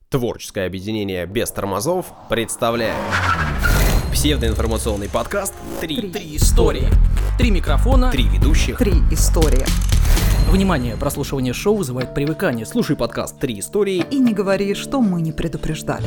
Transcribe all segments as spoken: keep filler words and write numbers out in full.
Творческое объединение «Без тормозов» представляет псевдоинформационный подкаст «Три, Три истории». Три микрофона. Три ведущих. Три истории. Внимание, прослушивание шоу вызывает привыкание. Слушай подкаст «Три истории». И не говори, что мы не предупреждали.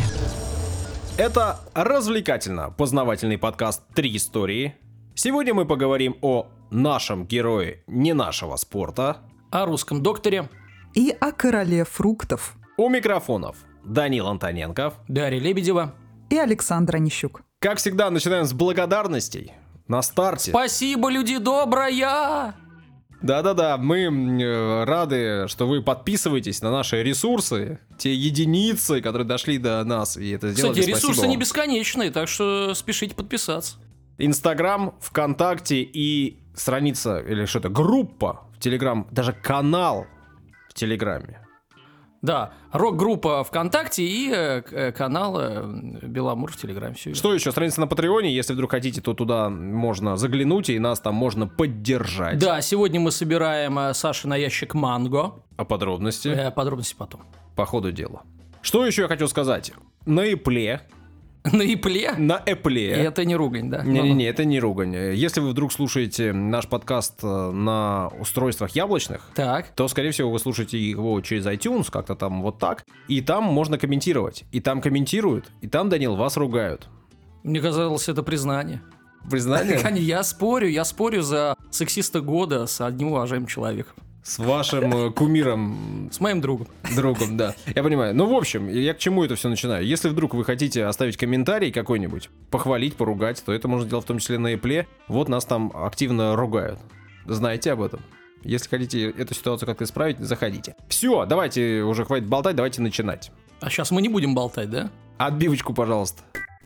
Это развлекательно-познавательный подкаст «Три истории». Сегодня мы поговорим о нашем герое не нашего спорта, О русском докторе. И о короле фруктов. у микрофонов Данил Антоненков, Дарья Лебедева. И Александр Онищук. Как всегда, начинаем с благодарностей. На старте. Спасибо, люди добрая! Да-да-да, мы э, рады, что вы подписываетесь на наши ресурсы, те единицы, которые дошли до нас, и это сделали. Кстати, Спасибо ресурсы вам. не бесконечные, так что спешите подписаться. Инстаграм, ВКонтакте и страница, или что-то, группа в Телеграм, даже канал в Телеграме. Да, рок-группа ВКонтакте и э, канал э, Беломур в Телеграме. Все Что еще? Страница на Патреоне, если вдруг хотите, то туда можно заглянуть, и нас там можно поддержать. Да, сегодня мы собираем э, Саше на ящик манго. А подробности? Э, подробности потом. По ходу дела. Что еще я хочу сказать? На Эпле. На Ипле? На Эпле. Это не ругань, да? Не-не-не, это не ругань. Если вы вдруг слушаете наш подкаст на устройствах яблочных, Так. то, скорее всего, вы слушаете его через iTunes, как-то там вот так, и там можно комментировать. И там комментируют, и там, Данил, вас ругают. Мне казалось, это признание. Признание? Я спорю, я спорю за сексиста года с одним уважаемым человеком. С вашим э, кумиром, С моим другом. другом, да. Я понимаю. Ну, в общем, я к чему это все начинаю? Если вдруг вы хотите оставить комментарий какой-нибудь, похвалить, поругать, то это можно делать в том числе на Эпле. Вот нас там активно ругают. Знаете об этом? Если хотите эту ситуацию как-то исправить, заходите. Все, давайте, уже хватит болтать, давайте начинать. А сейчас мы не будем болтать, да? Отбивочку, пожалуйста.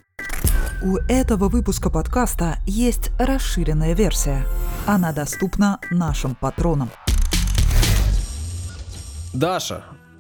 У этого выпуска подкаста есть расширенная версия. Она доступна нашим патронам. Даша,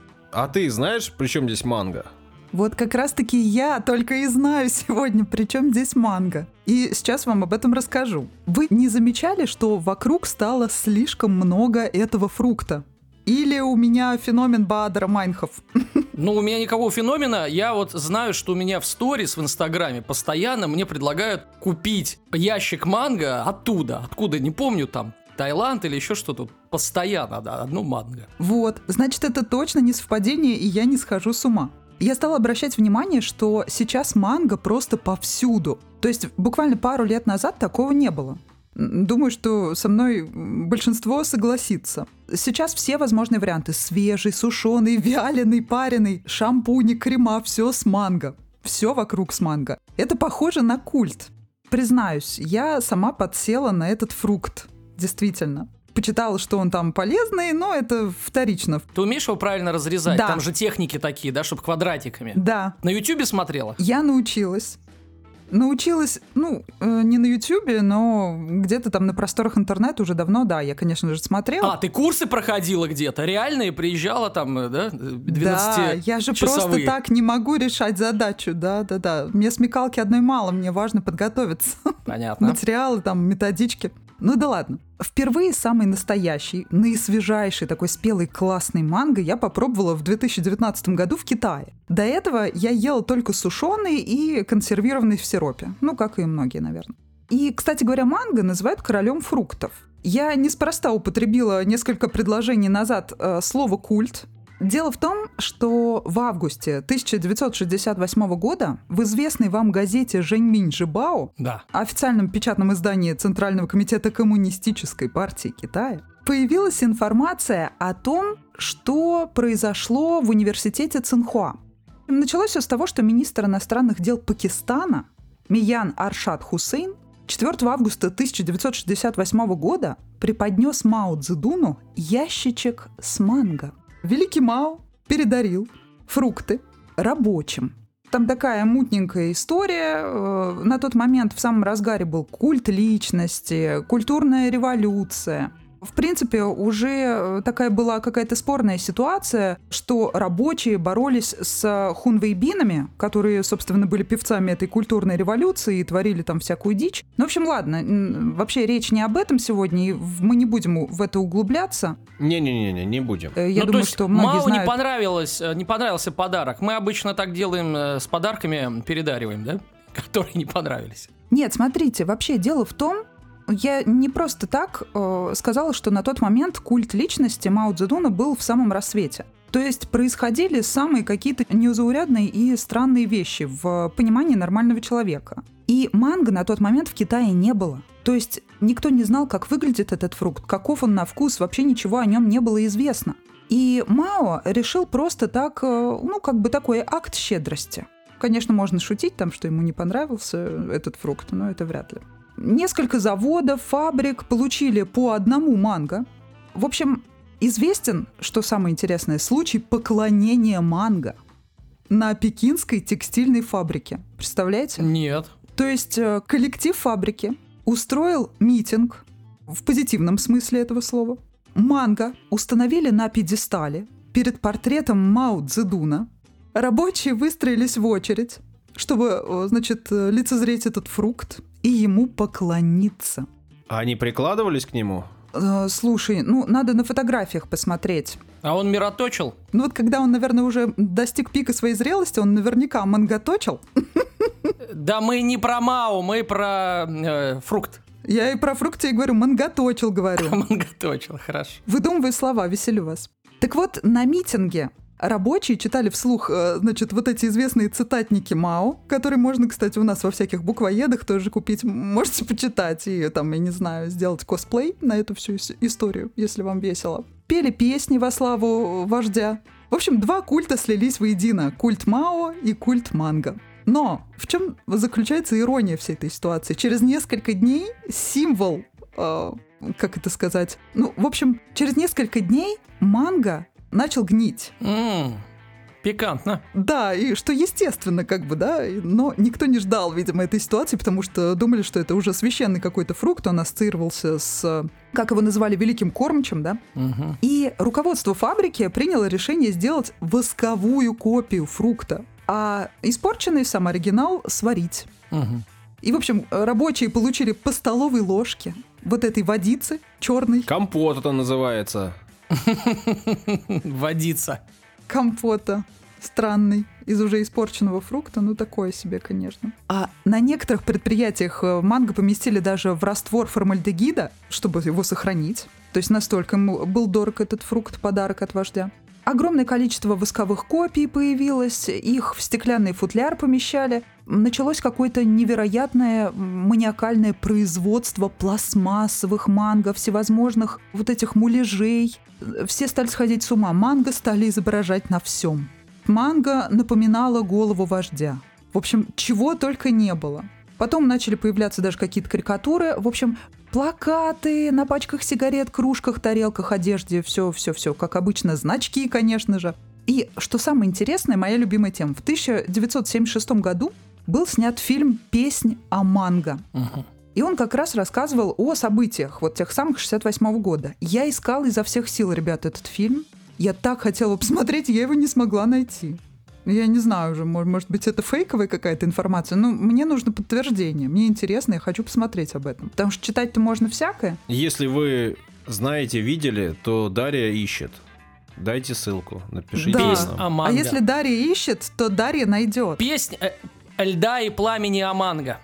а ты знаешь, при чем здесь манго? Вот как раз-таки я только и знаю сегодня, при чем здесь манго. И сейчас вам об этом расскажу. Вы не замечали, что вокруг стало слишком много этого фрукта? Или у меня феномен Баадера Майнхоф? Ну, у меня никакого феномена. Я вот знаю, что у меня в сторис в Инстаграме постоянно мне предлагают купить ящик манго оттуда. Откуда, не помню, там, Таиланд или еще что-то. Постоянно, да, одно манго. Вот, значит, это точно не совпадение, и я не схожу с ума. Я стала обращать внимание, что сейчас манго просто повсюду. То есть буквально пару лет назад такого не было. Думаю, что со мной большинство согласится. Сейчас все возможные варианты: свежий, сушеный, вяленый, пареный, шампуни, крема, все с манго. Все вокруг с манго. Это похоже на культ. Признаюсь, я сама подсела на этот фрукт. Действительно. Почитала, что он там полезный, но это вторично. Ты умеешь его правильно разрезать? Да. Там же техники такие, да, чтобы квадратиками. Да. На Ютубе смотрела? Я научилась. Научилась, ну, э, не на Ютубе, но где-то там на просторах интернета уже давно, да, я, конечно же, смотрела. А, ты курсы проходила где-то? Реальные? Приезжала там, э, да, двенадцатичасовые? Да, я же просто так не могу решать задачу, да-да-да. Мне смекалки одной мало, мне важно подготовиться. Понятно. Материалы, там, методички. Ну да ладно. Впервые самый настоящий, наисвежайший такой спелый классный манго я попробовала в две тысячи девятнадцатом году в Китае. До этого я ела только сушеный и консервированный в сиропе. Ну, как и многие, наверное. И, кстати говоря, манго называют королем фруктов. Я неспроста употребила несколько предложений назад э, слово «культ». Дело в том, что в августе тысяча девятьсот шестьдесят восьмого года в известной вам газете «Жэньминь Жибао», Да. официальном печатном издании Центрального комитета Коммунистической партии Китая, появилась информация о том, что произошло в университете Цинхуа. Началось все с того, что министр иностранных дел Пакистана Миян Аршад Хусейн четвёртого августа тысяча девятьсот шестьдесят восьмого года преподнес Мао Цзэдуну ящичек с манго. Великий Мао передарил фрукты рабочим. Там такая мутненькая история. На тот момент в самом разгаре был культ личности, культурная революция. В принципе, уже такая была какая-то спорная ситуация, что рабочие боролись с хунвейбинами, которые, собственно, были певцами этой культурной революции и творили там всякую дичь. Ну, в общем, ладно, вообще речь не об этом сегодня, и мы не будем в это углубляться. Не-не-не, не будем. Я ну, думаю, то есть что многие Мао знают... не понравилось, не понравился подарок. Мы обычно так делаем с подарками, передариваем, да? Которые не понравились. Нет, смотрите, вообще дело в том, я не просто так э, сказала, что на тот момент культ личности Мао Цзэдуна был в самом рассвете. То есть происходили самые какие-то незаурядные и странные вещи в понимании нормального человека. И манго на тот момент в Китае не было. То есть никто не знал, как выглядит этот фрукт, каков он на вкус, вообще ничего о нем не было известно. И Мао решил просто так, э, ну, как бы такой акт щедрости. Конечно, можно шутить там, что ему не понравился этот фрукт, но это вряд ли. Несколько заводов, фабрик получили по одному манго. В общем, известен, что самое интересное, случай поклонения манго на пекинской текстильной фабрике. Представляете? Нет. То есть коллектив фабрики устроил митинг, в позитивном смысле этого слова. Манго установили на пьедестале перед портретом Мао Цзэдуна. Рабочие выстроились в очередь, чтобы, значит, лицезреть этот фрукт и ему поклониться. А они прикладывались к нему? Э, слушай, ну, надо на фотографиях посмотреть. А он мироточил? Ну вот когда он, наверное, уже достиг пика своей зрелости, он наверняка манготочил. Да мы не про Мао, мы про э, фрукт. Я и про фрукты и говорю, манготочил, говорю. Манготочил, хорошо. Выдумываю слова, веселю вас. Так вот, на митинге рабочие читали вслух, значит, вот эти известные цитатники Мао, которые можно, кстати, у нас во всяких буквоедах тоже купить. Можете почитать и, там, я не знаю, сделать косплей на эту всю историю, если вам весело. Пели песни во славу вождя. В общем, два культа слились воедино. Культ Мао и культ манго. Но в чем заключается ирония всей этой ситуации? Через несколько дней символ, э, как это сказать, ну, в общем, через несколько дней манго начал гнить. М-м, пикантно. Да, и что естественно, как бы, да, но никто не ждал, видимо, этой ситуации, потому что думали, что это уже священный какой-то фрукт, он ассоциировался с, как его называли, великим кормчим, да. Угу. И руководство фабрики приняло решение сделать восковую копию фрукта, а испорченный сам оригинал сварить. Угу. И, в общем, рабочие получили по столовой ложке вот этой водицы черной. Компот это называется. Водица. Компота странный из уже испорченного фрукта, ну такое себе, конечно. А на некоторых предприятиях манго поместили даже в раствор формальдегида, чтобы его сохранить. То есть настолько ему был дорог этот фрукт, подарок от вождя. Огромное количество восковых копий появилось, их в стеклянный футляр помещали. Началось какое-то невероятное маниакальное производство пластмассовых манго, всевозможных вот этих муляжей. Все стали сходить с ума. Манго стали изображать на всем. Манго напоминало голову вождя. В общем, чего только не было. Потом начали появляться даже какие-то карикатуры. В общем, плакаты на пачках сигарет, кружках, тарелках, одежде. Все-все-все, как обычно, значки, конечно же. И, что самое интересное, моя любимая тема. В тысяча девятьсот семьдесят шестом году был снят фильм «Песнь о манго». Угу. И он как раз рассказывал о событиях вот тех самых шестьдесят восьмого года. Я искала изо всех сил, ребят, этот фильм. Я так хотела посмотреть, я его не смогла найти. Я не знаю уже, может быть, это фейковая какая-то информация, но мне нужно подтверждение. Мне интересно, я хочу посмотреть об этом. Потому что читать-то можно всякое. Если вы знаете, видели, то Дарья ищет. Дайте ссылку, напишите Да. Песнь о нам. манго. А если Дарья ищет, то Дарья найдет. Песнь э, льда и пламени о манго.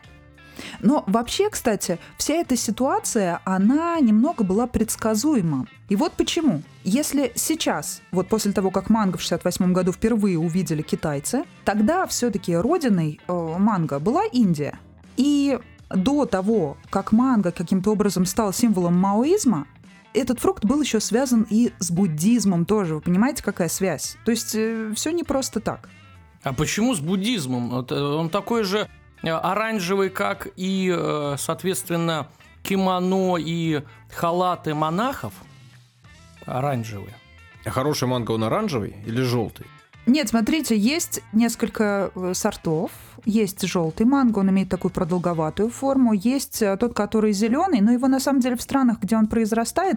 Но вообще, кстати, вся эта ситуация, она немного была предсказуема. И вот почему. Если сейчас, вот после того, как манго в шестьдесят восьмом году впервые увидели китайцы, тогда все-таки родиной э, манго была Индия. И до того, как манго каким-то образом стал символом маоизма, этот фрукт был еще связан и с буддизмом тоже. Вы понимаете, какая связь? То есть э, все не просто так. А почему с буддизмом? Вот, э, он такой же оранжевый, как и, э, соответственно, кимоно и халаты монахов. Оранжевые. А хороший манго он оранжевый или желтый? Нет, смотрите, есть несколько сортов. Есть желтый манго, он имеет такую продолговатую форму. Есть тот, который зеленый, но его на самом деле в странах, где он произрастает,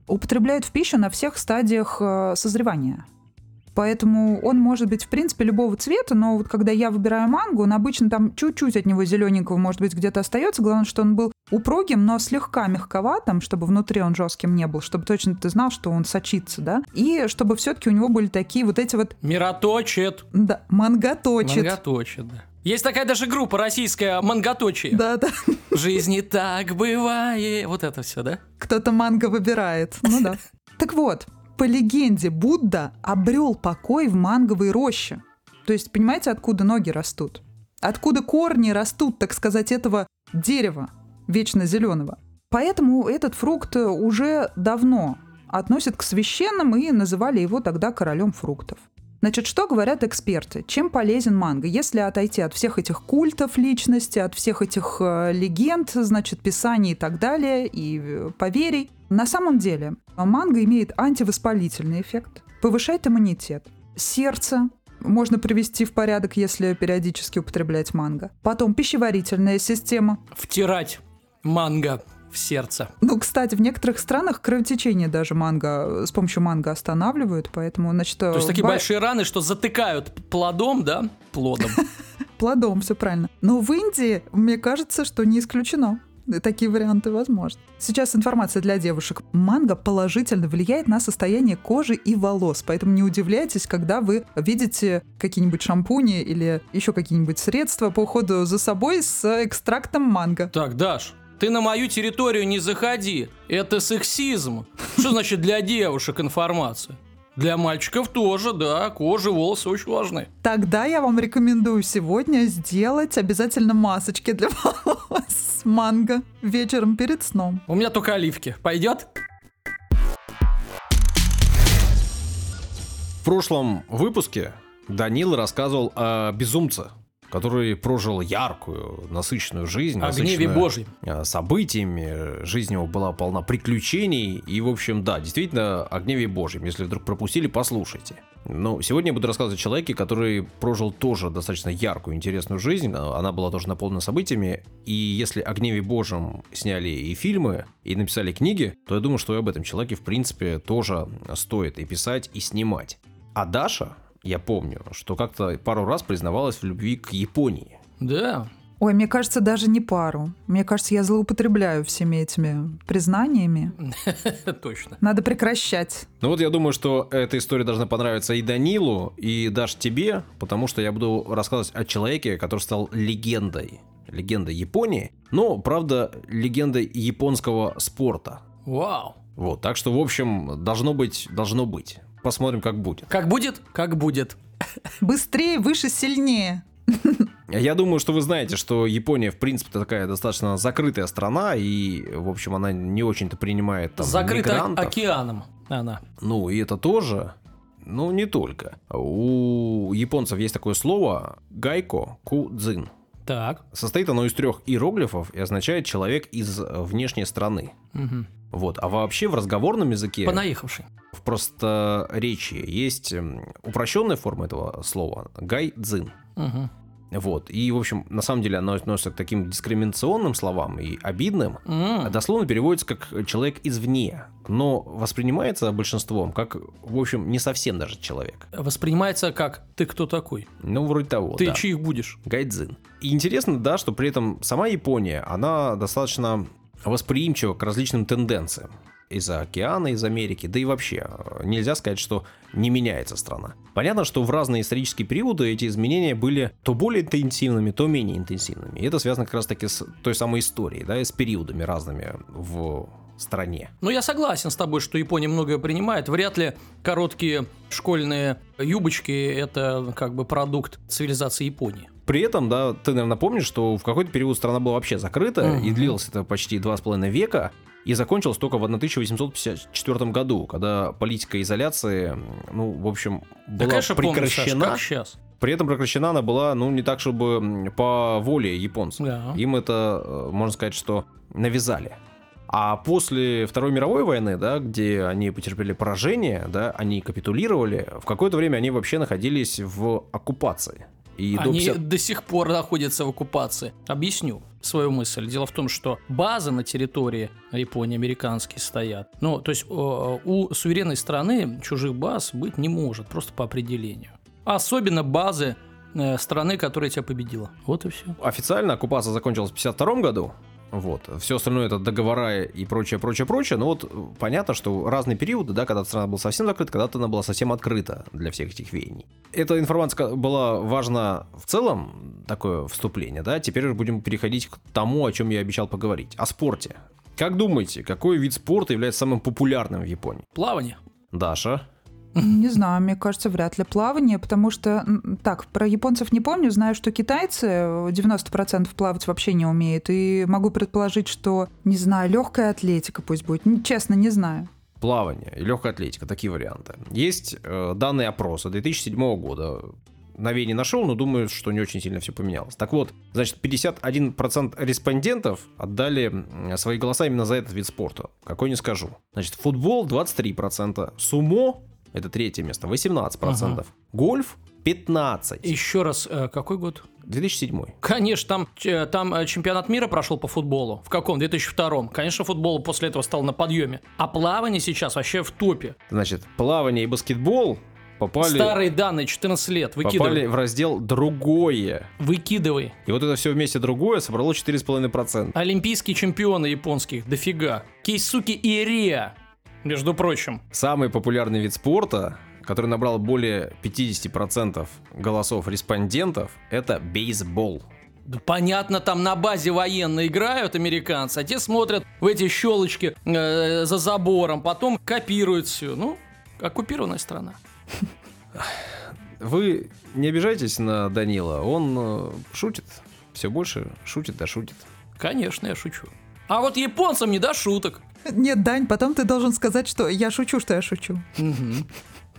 употребляют в пищу на всех стадиях э, созревания. Поэтому он может быть, в принципе, любого цвета, но вот когда я выбираю манго, он обычно там чуть-чуть от него зелененького, может быть, где-то остается. Главное, что он был упругим, но слегка мягковатым, чтобы внутри он жестким не был, чтобы точно ты знал, что он сочится, да? И чтобы все-таки у него были такие вот эти вот... Мироточит. Да, манготочит. Манготочит, да. Есть такая даже группа российская «Манготочие». Да-да. В жизни так бывает. Вот это все, да? Кто-то манго выбирает. Ну да. Так вот, по легенде, Будда обрел покой в манговой роще. То есть, понимаете, откуда ноги растут? Откуда корни растут, так сказать, этого дерева вечно зеленого. Поэтому этот фрукт уже давно относят к священным и называли его тогда королем фруктов. Значит, что говорят эксперты? Чем полезен манго? Если отойти от всех этих культов личности, от всех этих э, легенд, значит, писаний и так далее, и э, поверий, на самом деле манго имеет антивоспалительный эффект, повышает иммунитет, сердце можно привести в порядок, если периодически употреблять манго. Потом пищеварительная система. Втирать манго в сердце. Ну, кстати, в некоторых странах кровотечение даже манго, с помощью манго останавливают, поэтому, значит... То есть такие ба... большие раны, что затыкают плодом, да? Плодом. Плодом, все правильно. Но в Индии, мне кажется, что не исключено. Такие варианты возможны. Сейчас информация для девушек. Манго положительно влияет на состояние кожи и волос, поэтому не удивляйтесь, когда вы видите какие-нибудь шампуни или еще какие-нибудь средства по уходу за собой с экстрактом манго. Так, Даш, ты на мою территорию не заходи. Это сексизм. Что значит для девушек информация? Для мальчиков тоже, да, кожа, волосы очень важны. Тогда я вам рекомендую сегодня сделать обязательно масочки для волос с манго вечером перед сном. У меня только оливки. Пойдет? В прошлом выпуске Данил рассказывал о безумце, который прожил яркую, насыщенную жизнь. О гневе Божьем. Событиями. Жизнь его была полна приключений. И, в общем, да, действительно, о гневе Божьем. Если вдруг пропустили, послушайте. Но сегодня я буду рассказывать о человеке, который прожил тоже достаточно яркую, интересную жизнь. Она была тоже наполнена событиями. И если о гневе Божьем сняли и фильмы, и написали книги, то я думаю, что и об этом человеке, в принципе, тоже стоит и писать, и снимать. А Даша... Я помню, что как-то пару раз признавалась в любви к Японии. Да. Ой, мне кажется, даже не пару. Мне кажется, я злоупотребляю всеми этими признаниями. Точно. Надо прекращать. Ну вот я думаю, что эта история должна понравиться и Данилу, и даже тебе, потому что я буду рассказывать о человеке, который стал легендой. Легендой Японии, но, правда, легендой японского спорта. Вау. Вот, так что, в общем, должно быть, должно быть. Посмотрим, как будет. Как будет? Как будет. Быстрее, выше, сильнее. Я думаю, что вы знаете, что Япония, в принципе, такая достаточно закрытая страна, и, в общем, она не очень-то принимает там Закрыта мигрантов. океаном она. Ну, и это тоже, но не только. У японцев есть такое слово «гайко кудзин». Так. Состоит оно из трех иероглифов и означает «человек из внешней страны». Угу. Вот. А вообще в разговорном языке... Понаехавший. В просторечии есть упрощенная форма этого слова «гайдзин». Угу. Вот. И, в общем, на самом деле оно относится к таким дискриминационным словам и обидным. Mm. Дословно переводится как «человек извне», но воспринимается большинством как, в общем, не совсем даже человек. Воспринимается как «ты кто такой?» Ну, вроде того, Ты да. чьих будешь? Гайдзин. И интересно, да, что при этом сама Япония, она достаточно восприимчива к различным тенденциям. Из-за океана, из Америки, да и вообще, нельзя сказать, что не меняется страна. Понятно, что в разные исторические периоды эти изменения были то более интенсивными, то менее интенсивными. И это связано как раз-таки с той самой историей, да, и с периодами разными в стране. Ну, я согласен с тобой, что Япония многое принимает. Вряд ли короткие школьные юбочки – это как бы продукт цивилизации Японии. При этом, да, ты, наверное, помнишь, что в какой-то период страна была вообще закрыта, mm-hmm. и длилось это почти два с половиной века, и закончилось только в тысяча восемьсот пятьдесят четвёртом году, когда политика изоляции, ну, в общем, была да, конечно, прекращена. Помню, Саш, как сейчас. При этом прекращена она была, ну, не так, чтобы по воле японцев. Да. Им это, можно сказать, что навязали. А после Второй мировой войны, да, где они потерпели поражение, да, они капитулировали, в какое-то время они вообще находились в оккупации. И Они до пятидесятых... до сих пор находятся в оккупации. Объясню свою мысль. Дело в том, что базы на территории Японии американские стоят. Ну, то есть у суверенной страны чужих баз быть не может, просто по определению. Особенно базы страны, которая тебя победила. Вот и все. Официально оккупация закончилась в пятьдесят втором году. Вот. Все остальное это договора и прочее, прочее, прочее. Но вот понятно, что разные периоды, да, когда страна была совсем закрыта, когда-то она была совсем открыта для всех этих веяний. Эта информация была важна в целом, такое вступление, да. Теперь будем переходить к тому, о чем я обещал поговорить. О спорте. Как думаете, какой вид спорта является самым популярным в Японии? Плавание. Даша? Не знаю, мне кажется, вряд ли плавание, потому что, так, про японцев не помню, знаю, что китайцы девяносто процентов плавать вообще не умеют, и могу предположить, что, не знаю, легкая атлетика пусть будет, честно, не знаю. Плавание и легкая атлетика, такие варианты. Есть э, данные опроса две тысячи седьмого года. Новей не нашел, но думаю, что не очень сильно все поменялось. Так вот, значит, пятьдесят один процент респондентов отдали свои голоса именно за этот вид спорта. Какой не скажу. Значит, футбол двадцать три процента, сумо это третье место, восемнадцать процентов. Ага. Гольф пятнадцать процентов. Еще раз, э, какой год? две тысячи седьмой. Конечно, там, э, там чемпионат мира прошел по футболу. В каком? В две тысячи втором. Конечно, футбол после этого стал на подъеме. А плавание сейчас вообще в топе. Значит, плавание и баскетбол попали... Старые данные, четырнадцать лет, выкидывай. Попали в раздел «Другое». Выкидывай. И вот это все вместе другое собрало четыре с половиной процента. Олимпийские чемпионы японских, дофига. Кейсуки Ириа. Между прочим. Самый популярный вид спорта, который набрал более пятьдесят процентов голосов респондентов, это бейсбол. Да понятно, там на базе военные играют американцы, а те смотрят в эти щелочки э, за забором, потом копируют все. Ну, оккупированная страна. Вы не обижайтесь на Данила, он э, шутит, все больше шутит да шутит. Конечно, я шучу. А вот японцам не до шуток. Нет, Дань, потом ты должен сказать, что я шучу, что я шучу. Угу.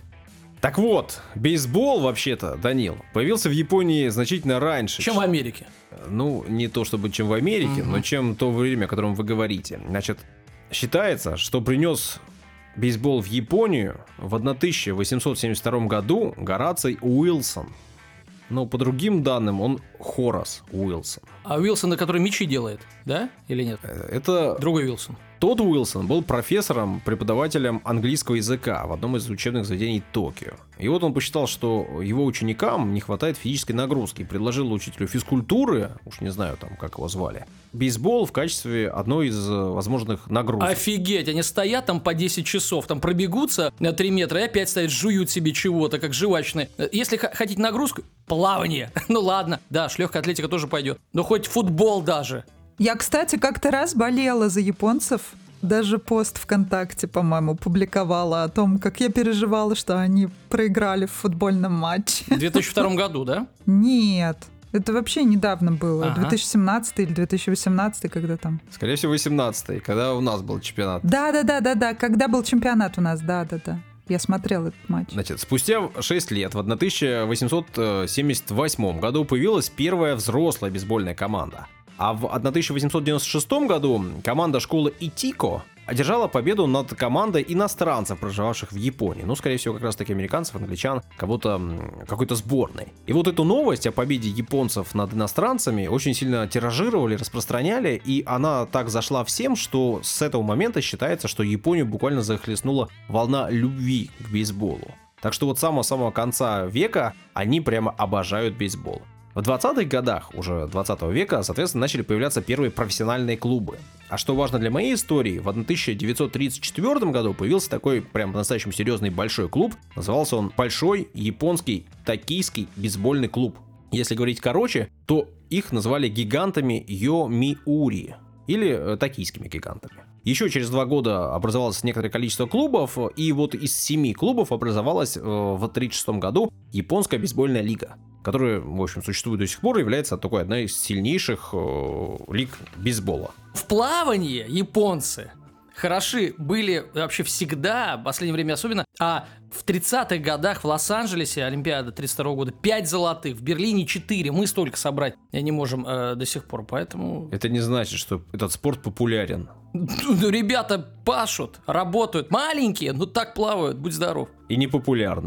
Так вот, бейсбол, вообще-то, Данил, появился в Японии значительно раньше. Чем в Америке. Ну, не то чтобы чем в Америке, угу. но чем то время, о котором вы говорите. Значит, считается, что принес бейсбол в Японию в тысяча восемьсот семьдесят втором году Гораций Уилсон. Но по другим данным он Хорас Уилсон. А Уилсон, который мячи делает, да? Или нет? Это... Другой Уилсон. Тот Уилсон был профессором, преподавателем английского языка в одном из учебных заведений Токио. И вот он посчитал, что его ученикам не хватает физической нагрузки и предложил учителю физкультуры, уж не знаю там, как его звали, бейсбол в качестве одной из возможных нагрузок. Офигеть, они стоят там по десять часов, там пробегутся на три метра и опять стоят, жуют себе чего-то, как жвачные. Если х- хотите нагрузку, плавание. Ну ладно, да, легкая атлетика тоже пойдет. Но хоть футбол даже. Я, кстати, как-то раз болела за японцев. Даже пост ВКонтакте, по-моему, публиковала о том, как я переживала, что они проиграли в футбольном матче. В две тысячи втором году, да? Нет, это вообще недавно было. Ага. две тысячи семнадцатый или две тысячи восемнадцатый, когда там. Скорее всего, восемнадцатый, когда у нас был чемпионат. Да-да-да-да-да, когда был чемпионат у нас, да-да-да. Я смотрел этот матч. Значит, спустя шесть лет, в тысяча восемьсот семьдесят восьмом году, появилась первая взрослая бейсбольная команда. А в тысяча восемьсот девяносто шестом году команда школы Итико одержала победу над командой иностранцев, проживавших в Японии. Ну, скорее всего, как раз-таки американцев, англичан, кого-то, какой-то сборной. И вот эту новость о победе японцев над иностранцами очень сильно тиражировали, распространяли, и она так зашла всем, что с этого момента считается, что Японию буквально захлестнула волна любви к бейсболу. Так что вот с самого-самого конца века они прямо обожают бейсбол. В двадцатых годах уже двадцатого века, соответственно, начали появляться первые профессиональные клубы. А что важно для моей истории, в тысяча девятьсот тридцать четвёртом году появился такой прям по-настоящему серьезный большой клуб. Назывался он Большой японский токийский бейсбольный клуб. Если говорить короче, то их называли гигантами Йомиури или э, токийскими гигантами. Еще через два года образовалось некоторое количество клубов, и вот из семи клубов образовалась э, в тридцать шестом году Японская бейсбольная лига, которая, в общем, существует до сих пор и является такой одной из сильнейших э, лиг бейсбола. В плавании японцы хороши были вообще всегда, в последнее время особенно, а в тридцатых годах в Лос-Анджелесе, Олимпиада тридцать второго года, пять золотых, в Берлине четыре, мы столько собрать не можем э, до сих пор, поэтому... Это не значит, что этот спорт популярен. Ну, ребята пашут, работают, маленькие, но так плавают, будь здоров. И непопулярные.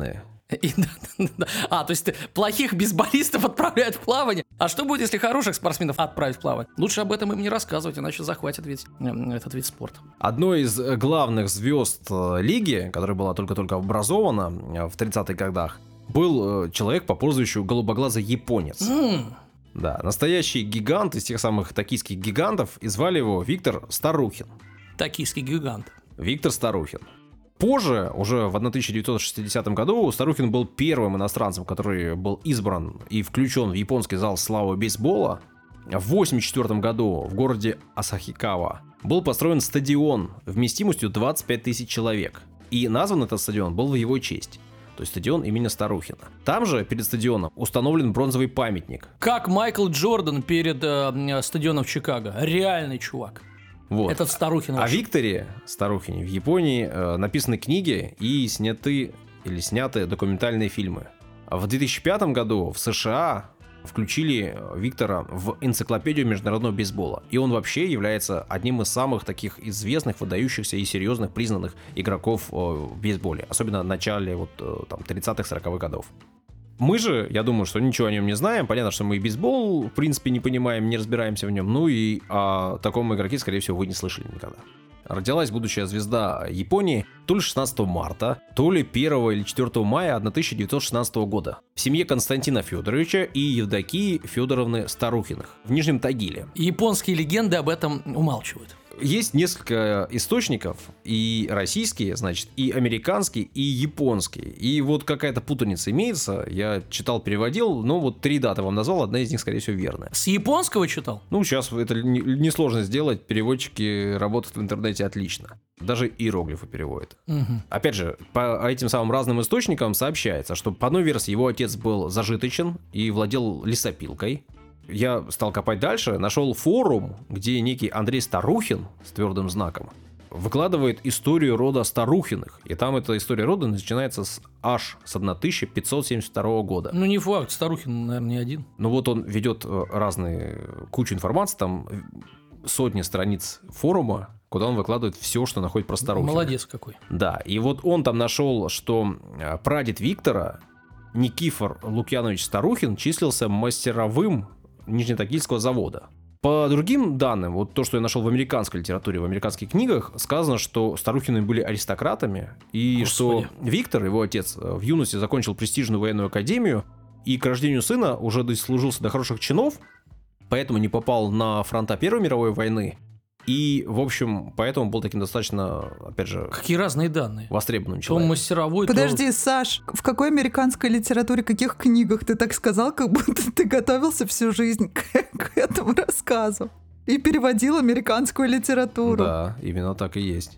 И, да, да, да. А, то есть плохих бейсболистов отправляют в плавание. А что будет, если хороших спортсменов отправить в плавание? Лучше об этом им не рассказывать, иначе захватят ведь э, этот вид спорта. Одной из главных звезд э, лиги, которая была только-только образована э, в тридцатых годах, был э, человек по прозвищу Голубоглазый японец. Mm. Да, настоящий гигант из тех самых токийских гигантов, и звали его Виктор Старухин. Токийский гигант. Виктор Старухин. Позже, уже в тысяча девятьсот шестидесятом году, Старухин был первым иностранцем, который был избран и включен в японский зал славы бейсбола. В восемьдесят четвёртом году в городе Асахикава был построен стадион вместимостью двадцать пять тысяч человек. И назван этот стадион был в его честь. То есть стадион имени Старухина. Там же, перед стадионом, установлен бронзовый памятник. Как Майкл Джордан перед э, стадионом в Чикаго. Реальный чувак. Вот. Этот Старухин. О Викторе Старухине в Японии э, написаны книги и сняты или сняты документальные фильмы. В две тысячи пятом году в США включили Виктора в энциклопедию международного бейсбола. И он вообще является одним из самых таких известных, выдающихся и серьезных признанных игроков э, в бейсболе. Особенно в начале вот, э, там, тридцатых-сороковых годов. Мы же, я думаю, что ничего о нем не знаем. Понятно, что мы и бейсбол, в принципе, не понимаем, не разбираемся в нем. Ну и о таком игроке, скорее всего, вы не слышали никогда. Родилась будущая звезда Японии то ли шестнадцатого марта, то ли первого или четвёртого мая тысяча девятьсот шестнадцатого года в семье Константина Федоровича и Евдокии Федоровны Старухиных в Нижнем Тагиле. Японские легенды об этом умалчивают. Есть несколько источников, и российские, значит, и американские, и японские. И вот какая-то путаница имеется, я читал, переводил, но вот три даты вам назвал, одна из них, скорее всего, верная. С японского читал? Ну, сейчас это несложно сделать, переводчики работают в интернете отлично. Даже иероглифы переводят. Угу. Опять же, по этим самым разным источникам сообщается, что по одной версии его отец был зажиточен и владел лесопилкой. Я стал копать дальше, нашел форум, где некий Андрей Старухин с твердым знаком выкладывает историю рода Старухиных. И там эта история рода начинается с аж с тысяча пятьсот семьдесят второго года. Ну не факт, Старухин, наверное, не один. Ну вот он ведет разные, кучу информации, там сотни страниц форума, куда он выкладывает все, что находит про Старухина. Молодец какой. Да, и вот он там нашел, что прадед Виктора, Никифор Лукьянович Старухин, числился мастеровым Нижнетагильского завода. По другим данным, вот то, что я нашел в американской литературе, в американских книгах, сказано, что Старухины были аристократами, и Господи. Что Виктор, его отец, в юности закончил престижную военную академию, и к рождению сына уже дослужился до хороших чинов, поэтому не попал на фронта Первой мировой войны, и, в общем, поэтому был таким достаточно, опять же... Какие разные данные. Востребованным человеком. То мастеровой, Подожди, то... Саш, в какой американской литературе, каких книгах ты так сказал, как будто ты готовился всю жизнь к, к этому рассказу и переводил американскую литературу? Да, именно так и есть.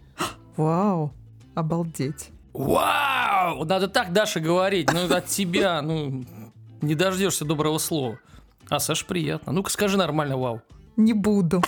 Вау, обалдеть. Вау! Надо так, Даша, говорить. Ну, от тебя, ну, не дождешься доброго слова. А, Саш, приятно. Ну-ка, скажи нормально вау. Не буду.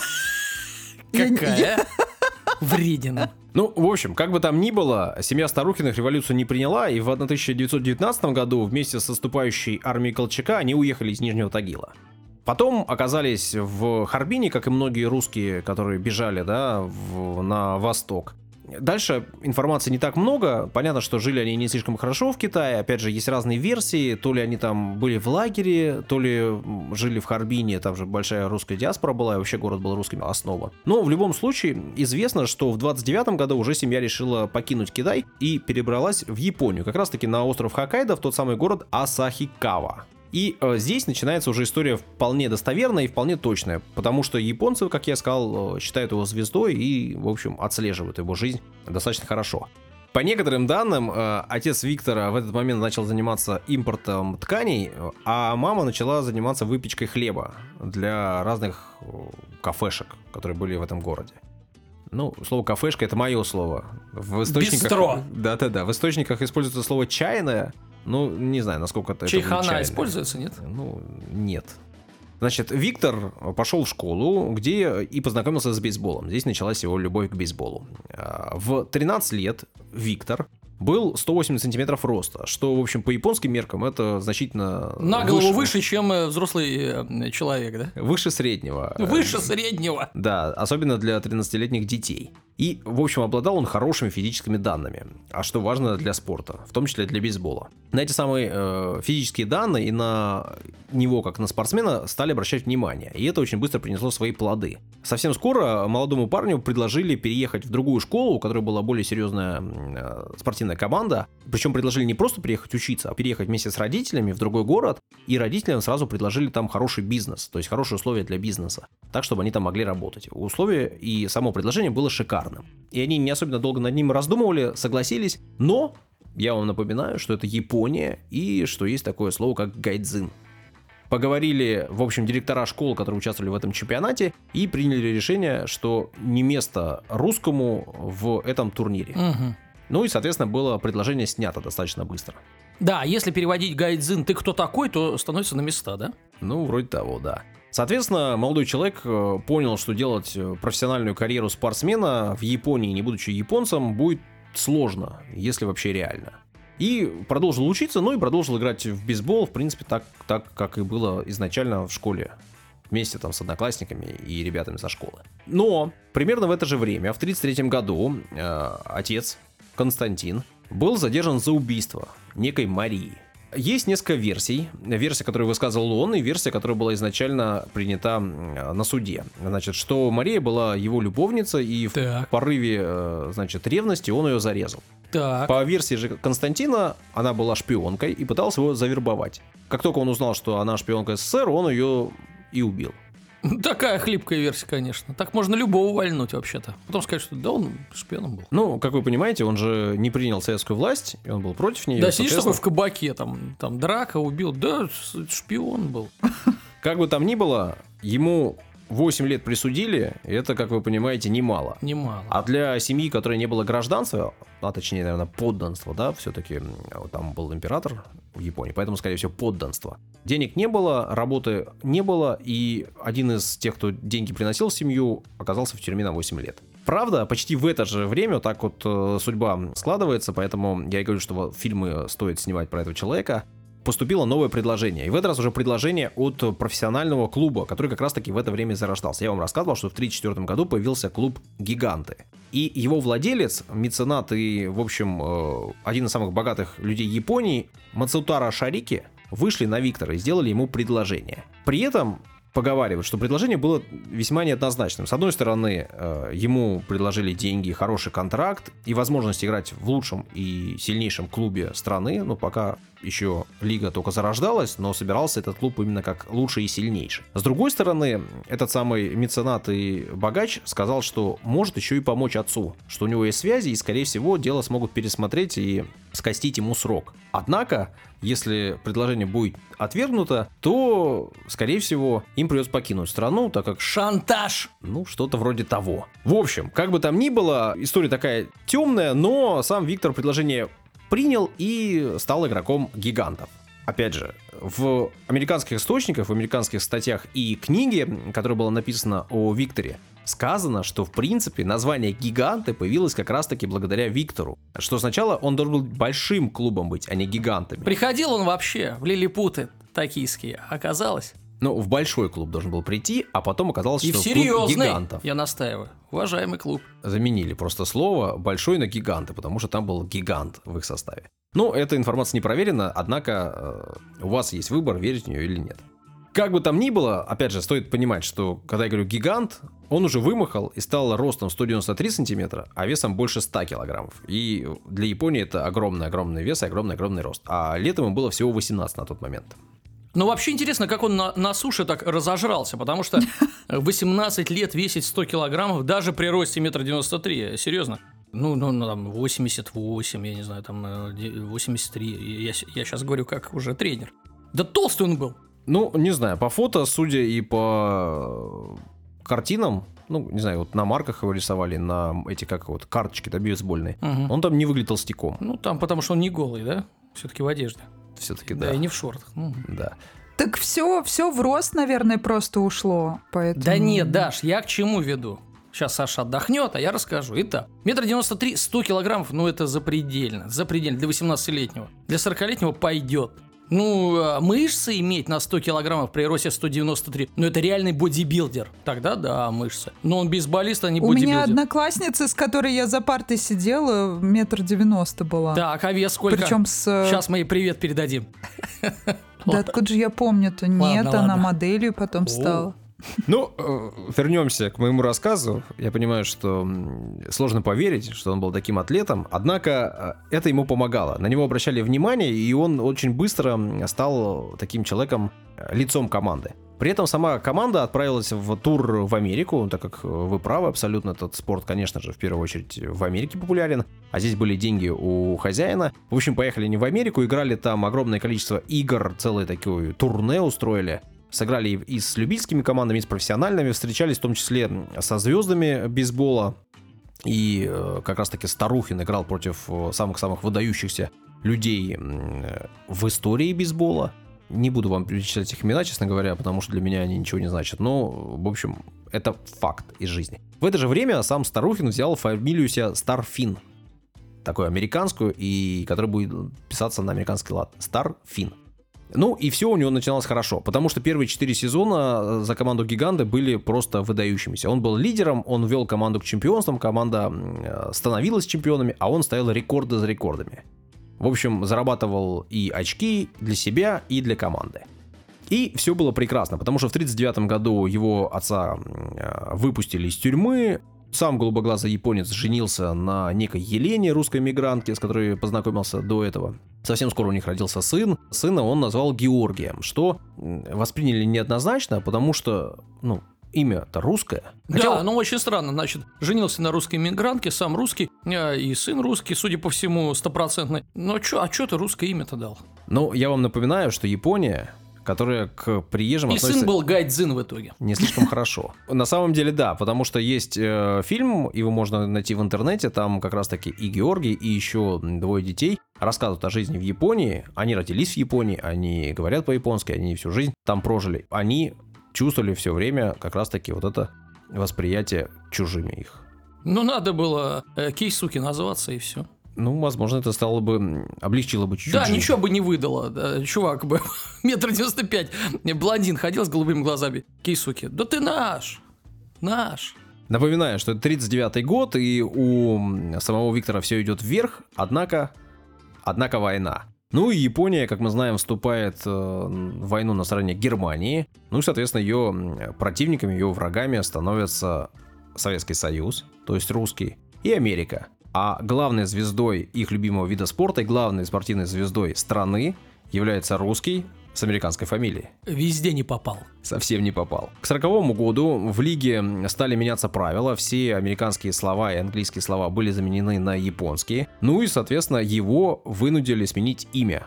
Какая? Я... Вредина. Ну, в общем, как бы там ни было, семья Старухиных революцию не приняла, и в тысяча девятьсот девятнадцатом году вместе с наступающей армией Колчака они уехали из Нижнего Тагила. Потом оказались в Харбине, как и многие русские, которые бежали, да, в, на восток. Дальше информации не так много. Понятно, что жили они не слишком хорошо в Китае. Опять же, есть разные версии. То ли они там были в лагере, то ли жили в Харбине. Там же большая русская диаспора была, и вообще город был русским основан. Но в любом случае известно, что в двадцать девятом году уже семья решила покинуть Китай и перебралась в Японию. Как раз таки на остров Хоккайдо, в тот самый город Асахикава. И э, здесь начинается уже история вполне достоверная и вполне точная, потому что японцы, как я сказал, считают его звездой и, в общем, отслеживают его жизнь достаточно хорошо. По некоторым данным, э, отец Виктора в этот момент начал заниматься импортом тканей, а мама начала заниматься выпечкой хлеба для разных э, кафешек, которые были в этом городе. Ну, слово «кафешка» — это мое слово. В источниках... Бистро! Да-да-да, в источниках используется слово «чайная». Ну, не знаю, насколько это... Чайхана используется, нет? Ну, нет. Значит, Виктор пошел в школу, где и познакомился с бейсболом. Здесь началась его любовь к бейсболу. В тринадцать лет Виктор был сто восемьдесят сантиметров роста, что, в общем, по японским меркам это значительно... На голову выше, выше чем взрослый человек, да? Выше среднего. Выше среднего. Да, особенно для тринадцатилетних детей. И, в общем, обладал он хорошими физическими данными, а что важно для спорта, в том числе для бейсбола. На эти самые э, физические данные и на него, как на спортсмена, стали обращать внимание, и это очень быстро принесло свои плоды. Совсем скоро молодому парню предложили переехать в другую школу, у которой была более серьезная э, спортивная команда, причем предложили не просто переехать учиться, а переехать вместе с родителями в другой город, и родителям сразу предложили там хороший бизнес, то есть хорошие условия для бизнеса, так, чтобы они там могли работать. Условия и само предложение было шикарным. И они не особенно долго над ним раздумывали, согласились, но я вам напоминаю, что это Япония и что есть такое слово, как гайдзин. Поговорили, в общем, директора школ, которые участвовали в этом чемпионате, и приняли решение, что не место русскому в этом турнире. Угу. Ну и, соответственно, было предложение снято достаточно быстро. Да, если переводить гайдзин «ты кто такой», то становится на места, да? Ну, вроде того, да. Соответственно, молодой человек понял, что делать профессиональную карьеру спортсмена в Японии, не будучи японцем, будет сложно, если вообще реально. И продолжил учиться, ну и продолжил играть в бейсбол, в принципе, так, так как и было изначально в школе. Вместе там с одноклассниками и ребятами со школы. Но примерно в это же время, в тридцать третьем году, э, отец Константин был задержан за убийство некой Марии. Есть несколько версий. Версия, которую высказывал он, и версия, которая была изначально принята на суде. Значит, что Мария была его любовница, и Так. в порыве, значит, ревности он ее зарезал. Так. По версии же Константина, она была шпионкой и пытался его завербовать. Как только он узнал, что она шпионка СССР, он ее и убил. Такая хлипкая версия, конечно. Так можно любого вальнуть вообще-то. Потом сказать, что да, он шпионом был. Ну, как вы понимаете, он же не принял советскую власть, и он был против нее. Да, сидишь такой в кабаке, там, там драка, убил. Да, шпион был. Как бы там ни было, ему восемь лет присудили, и это, как вы понимаете, немало. Немало. А для семьи, которой не было гражданства, а точнее, наверное, подданства, да, все-таки там был император в Японии, поэтому, скорее всего, подданство. Денег не было, работы не было, и один из тех, кто деньги приносил в семью, оказался в тюрьме на восемь лет. Правда, почти в это же время вот так вот э, судьба складывается, поэтому я и говорю, что фильмы стоит снимать про этого человека. Поступило новое предложение. И в этот раз уже предложение от профессионального клуба, который как раз-таки в это время зарождался. Я вам рассказывал, что в тысяча девятьсот тридцать четвёртом году появился клуб «Гиганты». И его владелец, меценат и, в общем, один из самых богатых людей Японии, Мацутара Шарики, вышли на Виктора и сделали ему предложение. При этом поговаривают, что предложение было весьма неоднозначным. С одной стороны, ему предложили деньги, хороший контракт и возможность играть в лучшем и сильнейшем клубе страны. Ну, пока еще лига только зарождалась, но собирался этот клуб именно как лучший и сильнейший. С другой стороны, этот самый меценат и богач сказал, что может еще и помочь отцу, что у него есть связи, и, скорее всего, дело смогут пересмотреть и скостить ему срок. Однако, если предложение будет отвергнуто, то, скорее всего, им придется покинуть страну, так как... Шантаж! Ну, что-то вроде того. В общем, как бы там ни было, история такая темная, но сам Виктор предложение принял и стал игроком гигантов. Опять же, в американских источниках, в американских статьях и книге, которая была написана о Викторе, сказано, что в принципе название «Гиганты» появилось как раз-таки благодаря Виктору. Что сначала он должен был большим клубом быть, а не гигантами. Приходил он вообще в лилипуты токийские, оказалось. Ну, в большой клуб должен был прийти, а потом оказалось, И что в клуб серьезный, гигантов. я настаиваю, уважаемый клуб. Заменили просто слово «большой» на «гиганты», потому что там был гигант в их составе. Ну, эта информация не проверена, однако э, у вас есть выбор, верить в нее или нет. Как бы там ни было, опять же, стоит понимать, что когда я говорю «гигант», он уже вымахал и стал ростом сто девяносто три сантиметра, а весом больше ста килограммов. И для Японии это огромный-огромный вес и огромный-огромный рост. А летом ему было всего восемнадцать на тот момент. Ну, вообще интересно, как он на, на суше так разожрался, потому что восемнадцать лет весить сто килограммов даже при росте метр девяносто три, серьезно. Ну, ну, ну, там восемьдесят восемь, я не знаю, там восемьдесят три, я, я сейчас говорю как уже тренер. Да толстый он был. Ну, не знаю, по фото, судя и по картинам, ну, не знаю, вот на марках его рисовали, на эти, как вот, карточки-то бейсбольные, Угу. он там не выглядел толстяком. Ну, там потому что он не голый, да? Все-таки в одежде. Все-таки Да, да. и не в шортах. Ну. Да. Так все, все в рост, наверное, просто ушло. Поэтому... Да нет, Даш, я к чему веду? Сейчас Саша отдохнет, а я расскажу. Итак, метр девяносто три, сто килограммов, ну это запредельно. Запредельно для восемнадцатилетнего. Для сорокалетнего пойдет. Ну, мышцы иметь на сто килограммов при росте сто девяносто три, ну это реальный бодибилдер. Тогда да, мышцы. Но он бейсболист, а не У бодибилдер. меня одноклассница, с которой я за партой сидела, метр девяносто была. Так, а вес сколько? Причем с... Сейчас мы ей привет передадим. Да откуда же я помню-то? Нет, Ладно, она ладно. моделью потом стала. Ну, э, вернемся к моему рассказу. Я понимаю, что м, сложно поверить, что он был таким атлетом, однако э, это ему помогало. На него обращали внимание, и он очень быстро м, стал таким человеком, э, лицом команды. При этом сама команда отправилась в тур в Америку, так как вы правы абсолютно, этот спорт, конечно же, в первую очередь в Америке популярен, а здесь были деньги у хозяина. В общем, поехали они в Америку, играли там огромное количество игр, целое такое турне устроили. Сыграли и с любительскими командами, и с профессиональными, встречались в том числе со звездами бейсбола. И э, как раз-таки Старухин играл против самых-самых выдающихся людей э, в истории бейсбола. Не буду вам перечислять их имена, честно говоря, потому что для меня они ничего не значат. Но, в общем, это факт из жизни. В это же время сам Старухин взял фамилию себе Старфин. Такую американскую, и которая будет писаться на американский лад. Старфин. Ну и все у него начиналось хорошо, потому что первые четыре сезона за команду гиганты были просто выдающимися. Он был лидером, он вел команду к чемпионствам, команда становилась чемпионами, а он ставил рекорды за рекордами. В общем, зарабатывал и очки для себя, и для команды. И все было прекрасно, потому что в тридцать девятом году его отца выпустили из тюрьмы. Сам голубоглазый японец женился на некой Елене, русской мигрантке, с которой познакомился до этого. Совсем скоро у них родился сын. Сына он назвал Георгием, что восприняли неоднозначно, потому что, ну, имя-то русское. Хотя... Да, ну очень странно, значит, женился на русской мигрантке, сам русский, и сын русский, судя по всему, стопроцентный. Ну чё, а чё ты русское имя-то дал? Ну, я вам напоминаю, что Япония, которая к приезжим и относится... сын был Гайдзин в итоге. Не слишком хорошо. На самом деле, да, потому что есть э, фильм, его можно найти в интернете, там как раз-таки и Георгий, и еще двое детей рассказывают о жизни в Японии. Они родились в Японии, они говорят по-японски, они всю жизнь там прожили. Они чувствовали все время как раз-таки вот это восприятие чужими их. Ну, надо было э, Кейсуки назваться, и все. Ну, возможно, это стало бы, облегчило бы чуть-чуть. Да, жизнь. ничего бы не выдало. Да, чувак бы, метр девяносто пять, блондин ходил с голубыми глазами. Кейсуки, да ты наш, наш. Напоминаю, что это тридцать девятый год, и у самого Виктора все идет вверх, однако, однако война. Ну и Япония, как мы знаем, вступает в войну на стороне Германии. Ну и, соответственно, ее противниками, ее врагами становятся Советский Союз, то есть русский, и Америка. А главной звездой их любимого вида спорта и главной спортивной звездой страны является русский с американской фамилией. Везде не попал. Совсем не попал. К сороковому году в лиге стали меняться правила. Все американские слова и английские слова были заменены на японские. Ну и, соответственно, его вынудили сменить имя.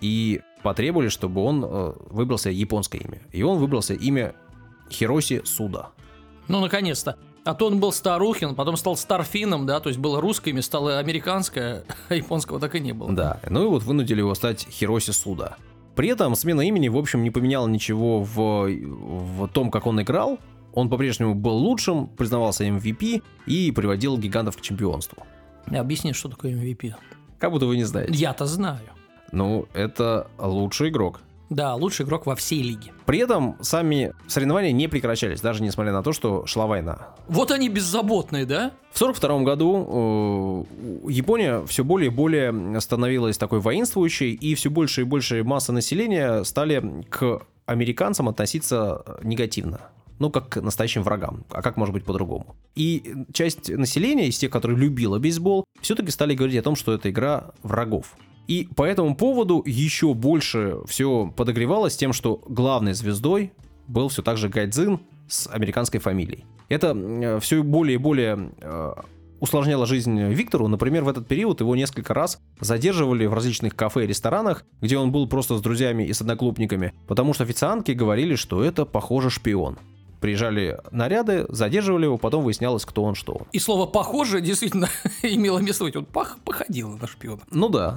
И потребовали, чтобы он э, выбрал себе японское имя. И он выбрал себе имя Хироси Суда. Ну, наконец-то. А то он был Старухин, потом стал Старфином, да, то есть было русское имя, стало американское, а японского так и не было. Да, ну и вот вынудили его стать Хироси Суда. При этом смена имени, в общем, не поменяла ничего в, в том, как он играл. Он по-прежнему был лучшим, признавался эм ви пи и приводил гигантов к чемпионству. Объясни, что такое эм ви пи. Как будто вы не знаете. Я-то знаю. Ну, это лучший игрок. Да, лучший игрок во всей лиге. При этом сами соревнования не прекращались, даже несмотря на то, что шла война. Вот они беззаботные, да? В сорок втором году э, Япония все более и более становилась такой воинствующей, и все больше и больше масса населения стали к американцам относиться негативно. Ну, как к настоящим врагам. А как может быть по-другому? И часть населения, из тех, которые любила бейсбол, все-таки стали говорить о том, что это игра врагов. И по этому поводу еще больше все подогревалось тем, что главной звездой был все так же Гайдзин с американской фамилией. Это все более и более э, усложняло жизнь Виктору. Например, в этот период его несколько раз задерживали в различных кафе и ресторанах, где он был просто с друзьями и с одноклубниками, потому что официантки говорили, что это, похоже, шпион. Приезжали наряды, задерживали его, потом выяснялось, кто он, что он. И слово «похоже» действительно имело место быть. Он пох- походил на шпиона. Ну да, да.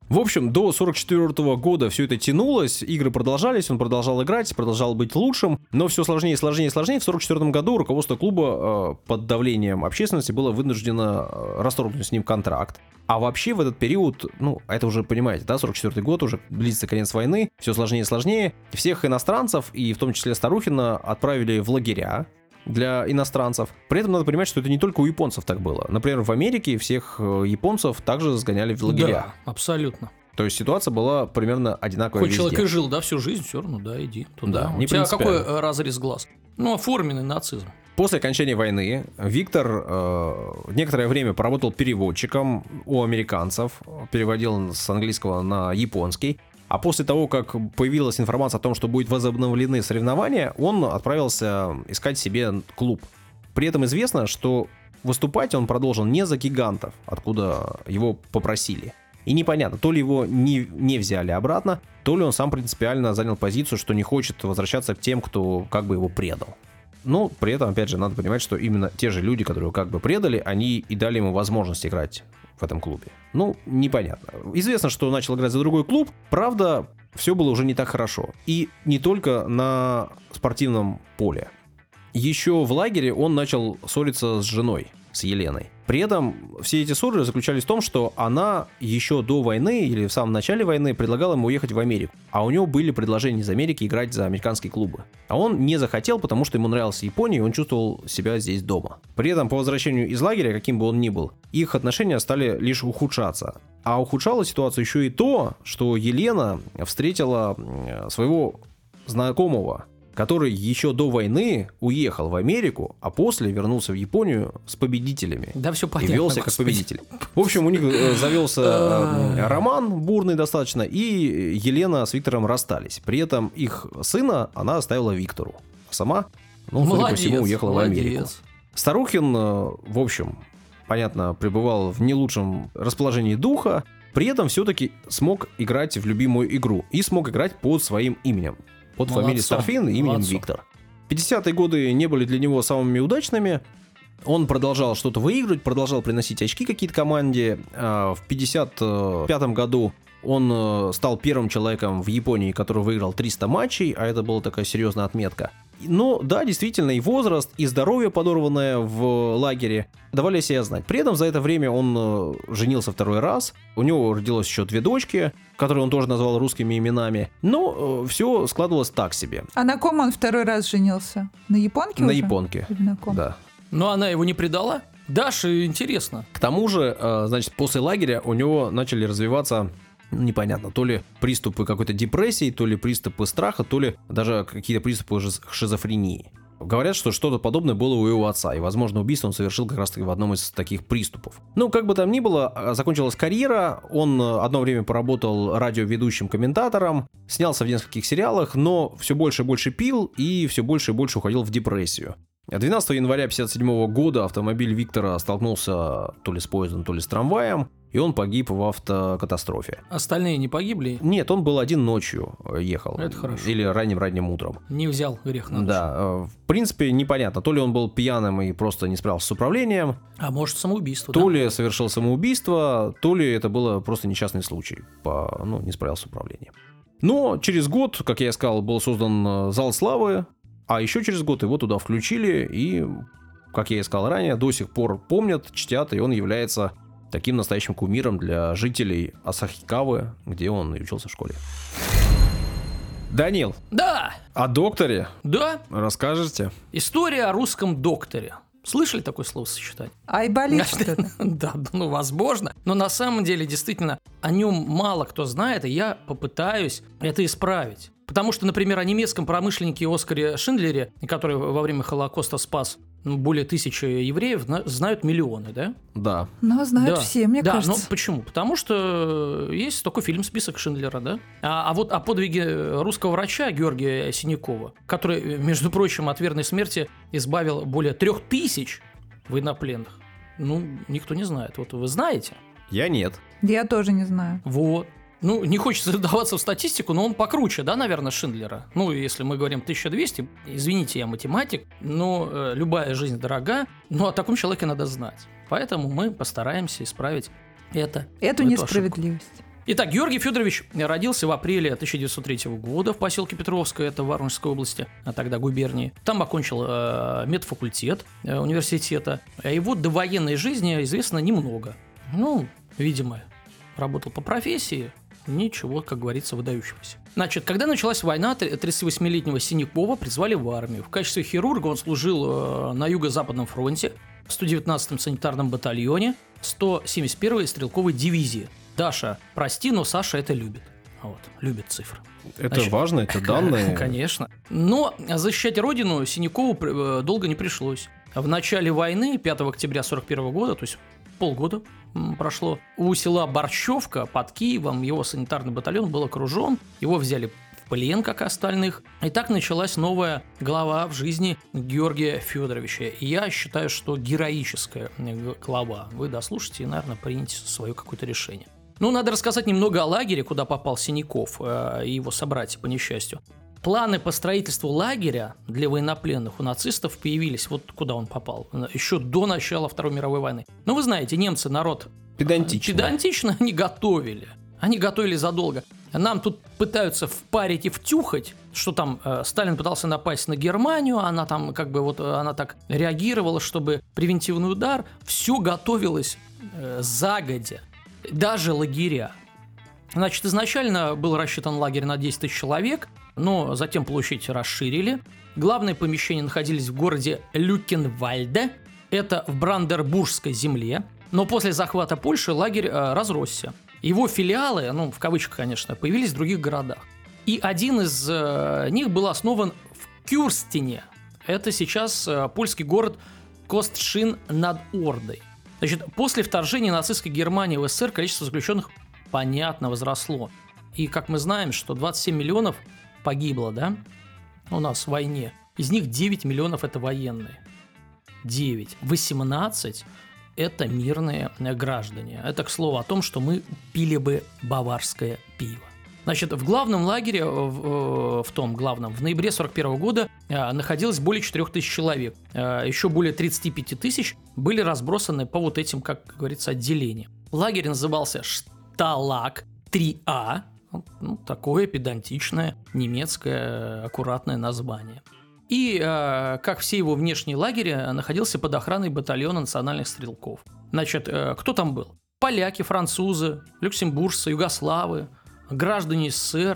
В общем, до сорок четвёртого года все это тянулось, игры продолжались, он продолжал играть, продолжал быть лучшим, но все сложнее, сложнее, сложнее. В сорок четвёртом году руководство клуба э, под давлением общественности было вынуждено э, расторгнуть с ним контракт. А вообще в этот период, ну, это уже понимаете, да, сорок четвёртый год, уже близится конец войны, все сложнее и сложнее. Всех иностранцев, и в том числе Старухина, отправили в лагеря для иностранцев. При этом надо понимать, что это не только у японцев так было. Например, в Америке всех японцев также сгоняли в лагеря. Да, абсолютно. То есть ситуация была примерно одинаковая Хоть везде. человек и жил, да, всю жизнь, все равно, да, иди туда. Да, у не тебя принципиально. какой разрез глаз? Ну, оформленный нацизм. После окончания войны Виктор э, некоторое время поработал переводчиком у американцев, переводил с английского на японский. А после того, как появилась информация о том, что будут возобновлены соревнования, он отправился искать себе клуб. При этом известно, что выступать он продолжил не за гигантов, откуда его попросили. И непонятно, то ли его не, не взяли обратно, то ли он сам принципиально занял позицию, что не хочет возвращаться к тем, кто как бы его предал. Но при этом, опять же, надо понимать, что именно те же люди, которые его как бы предали, они и дали ему возможность играть в этом клубе. Ну, непонятно. Известно, что начал играть за другой клуб, правда, все было уже не так хорошо. И не только на спортивном поле. Еще в лагере он начал ссориться с женой, с Еленой. При этом все эти ссоры заключались в том, что она еще до войны или в самом начале войны предлагала ему уехать в Америку. А у него были предложения из Америки играть за американские клубы. А он не захотел, потому что ему нравилась Япония, и он чувствовал себя здесь дома. При этом по возвращению из лагеря, каким бы он ни был, их отношения стали лишь ухудшаться. А ухудшало ситуацию еще и то, что Елена встретила своего знакомого, который еще до войны уехал в Америку, а после вернулся в Японию с победителями. Да, все понятно. И велся как победитель. В общем, у них э, завелся э, роман бурный достаточно, и Елена с Виктором расстались. При этом их сына она оставила Виктору. Сама, ну, судя по всему, уехала в Америку. Старухин, э, в общем, понятно, пребывал в не лучшем расположении духа, при этом все-таки смог играть в любимую игру и смог играть под своим именем. Под Молодцом. фамилией Старфин и именем Молодцом. Виктор. пятидесятые годы не были для него самыми удачными. Он продолжал что-то выигрывать, продолжал приносить очки какие-то команде. В пятьдесят пятом году он стал первым человеком в Японии, который выиграл триста матчей, а это была такая серьезная отметка. Но да, действительно, и возраст, и здоровье, подорванное в лагере, давали себя знать. При этом за это время он женился второй раз, у него родилось еще две дочки, которые он тоже назвал русскими именами, но все складывалось так себе. А на ком он второй раз женился? На японке На уже? японке, Или на ком? да. Но она его не предала? Даша, интересно. К тому же, значит, после лагеря у него начали развиваться, непонятно, то ли приступы какой-то депрессии, то ли приступы страха, то ли даже какие-то приступы шизофрении. Говорят, что что-то подобное было у его отца, и, возможно, убийство он совершил как раз-таки в одном из таких приступов. Ну, как бы там ни было, закончилась карьера, он одно время поработал радиоведущим комментатором, снялся в нескольких сериалах, но все больше и больше пил и все больше и больше уходил в депрессию. двенадцатого января тысяча девятьсот пятьдесят седьмого года автомобиль Виктора столкнулся то ли с поездом, то ли с трамваем, и он погиб в автокатастрофе. Остальные не погибли? Нет, он был один ночью ехал. Это хорошо. Или ранним-ранним утром. Не взял грех на душу. Да, в принципе, непонятно, то ли он был пьяным и просто не справился с управлением, А может, самоубийство, то да? ли совершил самоубийство, то ли это было просто несчастный случай, по, ну, не справился с управлением. Но через год, как я и сказал, был создан зал славы, а еще через год его туда включили, и, как я и сказал ранее, до сих пор помнят, чтят, и он является таким настоящим кумиром для жителей Асахикавы, где он и учился в школе. Данил, Да, о докторе да. расскажете? История о русском докторе. Слышали такое словосочетание? Айболит, что ли? Да, ну, возможно. Но на самом деле, действительно, о нем мало кто знает, и я попытаюсь это исправить. Потому что, например, о немецком промышленнике Оскаре Шиндлере, который во время Холокоста спас ну, более тысячи евреев, знают миллионы, да? Да. Но знают Да. все, мне да, кажется. ну почему? Потому что есть такой фильм «Список Шиндлера», да? А, а вот о подвиге русского врача Георгия Синякова, который, между прочим, от верной смерти избавил более трех тысяч военнопленных, ну, никто не знает. Вот вы знаете? Я нет. Я тоже не знаю. Вот. Ну, не хочется вдаваться в статистику, но он покруче, да, наверное, Шиндлера. Ну, если мы говорим тысяча двести, извините, я математик, но э, любая жизнь дорога, но о таком человеке надо знать. Поэтому мы постараемся исправить это. Эту эту несправедливость. ошибку. Итак, Георгий Федорович родился в апреле тысяча девятьсот третьего года в поселке Петровское, это в Воронежской области, а тогда губернии. Там окончил э, медфакультет э, университета. О его довоенной жизни известно немного. Ну, видимо, работал по профессии, ничего, как говорится, выдающегося. Значит, когда началась война, тридцативосьмилетнего Синякова призвали в армию. В качестве хирурга он служил э, на Юго-Западном фронте, в сто девятнадцатом санитарном батальоне, сто семьдесят первой стрелковой дивизии. Даша, прости, но Саша это любит. Вот, любит цифры. Это Значит, важно, это данные. Конечно. Но защищать родину Синякову долго не пришлось. В начале войны, пятого октября сорок первого года, то есть полгода прошло, у села Борщевка под Киевом его санитарный батальон был окружен, его взяли в плен, как и остальных. И так началась новая глава в жизни Георгия Федоровича. И я считаю, что героическая глава. Вы дослушайте и, наверное, примите свое какое-то решение. Ну, надо рассказать немного о лагере, куда попал Синяков э, и его собратья, по несчастью. Планы по строительству лагеря для военнопленных у нацистов появились, вот куда он попал, еще до начала Второй мировой войны. Но вы знаете, немцы народ Педантично. Педантично они готовили. Они готовили задолго. Нам тут пытаются впарить и втюхать, что там э, Сталин пытался напасть на Германию, она там как бы вот она так реагировала, чтобы превентивный удар. Все готовилось э, загодя. Даже лагеря. Значит, изначально был рассчитан лагерь на десять тысяч человек, но затем площадь расширили. Главные помещения находились в городе Люкенвальде, это в Брандербургской земле. Но после захвата Польши лагерь э, разросся. Его филиалы, ну, в кавычках, конечно, появились в других городах. И один из э, них был основан в Кюрстине. Это сейчас э, польский город Костшин над Ордой. Значит, после вторжения нацистской Германии в СССР количество заключенных, понятно, возросло. И, как мы знаем, что двадцать семь миллионов погибло, да, у нас в войне. Из них девять миллионов – это военные. девять. восемнадцать – это мирные граждане. Это, к слову, о том, что мы пили бы баварское пиво. Значит, в главном лагере, в, в том главном, в ноябре сорок первого года находилось более четырех тысяч человек. Еще более тридцати пяти тысяч были разбросаны по вот этим, как говорится, отделениям. Лагерь назывался Шталаг три А. Ну, такое педантичное немецкое аккуратное название. И, как все его внешние лагеря, находился под охраной батальона национальных стрелков. Значит, кто там был? Поляки, французы, люксембуржцы, югославы, граждане СССР,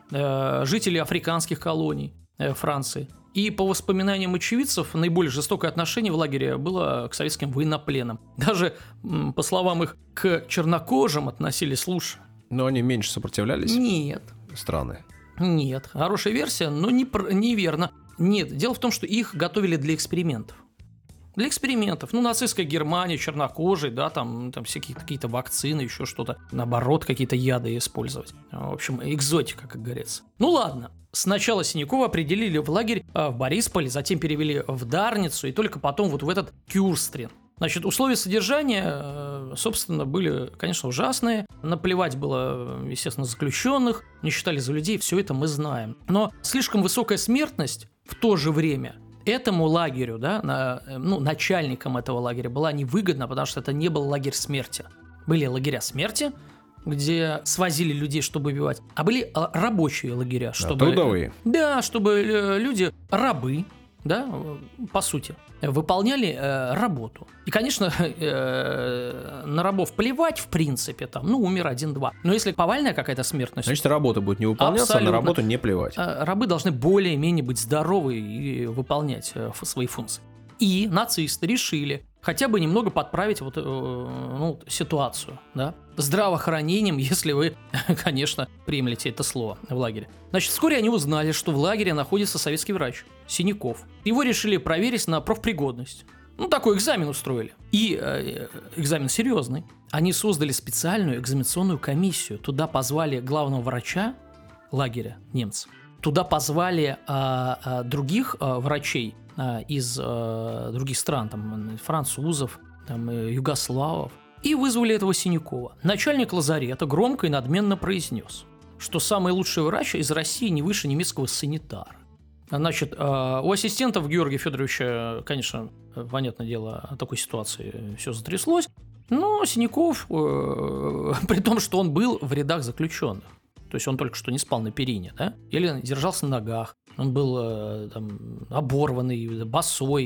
э, жители африканских колоний э, Франции. И по воспоминаниям очевидцев, наиболее жестокое отношение в лагере было к советским военнопленным. Даже, м, по словам их, к чернокожим относились лучше. Но они меньше сопротивлялись? Нет. Страны. Нет. Хорошая версия, но не, неверно. Нет. Дело в том, что их готовили для экспериментов. Для экспериментов. Ну, нацистская Германия, чернокожие, да, там, там всякие какие-то вакцины, еще что-то. Наоборот, какие-то яды использовать. В общем, экзотика, как говорится. Ну, ладно. Сначала Синякова определили в лагерь в Борисполе, затем перевели в Дарницу и только потом вот в этот Кюрстрин. Значит, условия содержания, собственно, были, конечно, ужасные. Наплевать было, естественно, заключенных, не считали за людей, все это мы знаем. Но слишком высокая смертность в то же время этому лагерю, да, на, ну, начальникам этого лагеря была невыгодна, потому что это не был лагерь смерти. Были лагеря смерти, где свозили людей, чтобы убивать, а были рабочие лагеря, чтобы... Да, трудовые. Да, чтобы люди, рабы, да, по сути, выполняли э, работу. И, конечно, э, на рабов плевать, в принципе, там, ну, умер один-два. Но если повальная какая-то смертность... Значит, работа будет не выполняться, абсолютно. А на работу не плевать. Рабы должны более-менее быть здоровы и выполнять э, свои функции. И нацисты решили хотя бы немного подправить вот, э, ну, ситуацию, да, здравоохранением, если вы, конечно, приемлете это слово в лагере. Значит, вскоре они узнали, что в лагере находится советский врач Синяков. Его решили проверить на профпригодность. Ну, такой экзамен устроили. И э, экзамен серьезный. Они создали специальную экзаменационную комиссию. Туда позвали главного врача лагеря, немцев. Туда позвали э, э, других э, врачей э, из э, других стран, там, французов, там, э, югославов. И вызвали этого Синякова. Начальник лазарета громко и надменно произнес, что самый лучший врач из России не выше немецкого санитара. Значит, у ассистентов Георгия Федоровича, конечно, понятное дело, о такой ситуации все затряслось. Но Синяков, э, при том, что он был в рядах заключенных, то есть он только что не спал на перине, да, или держался на ногах, он был э, там, оборванный, босой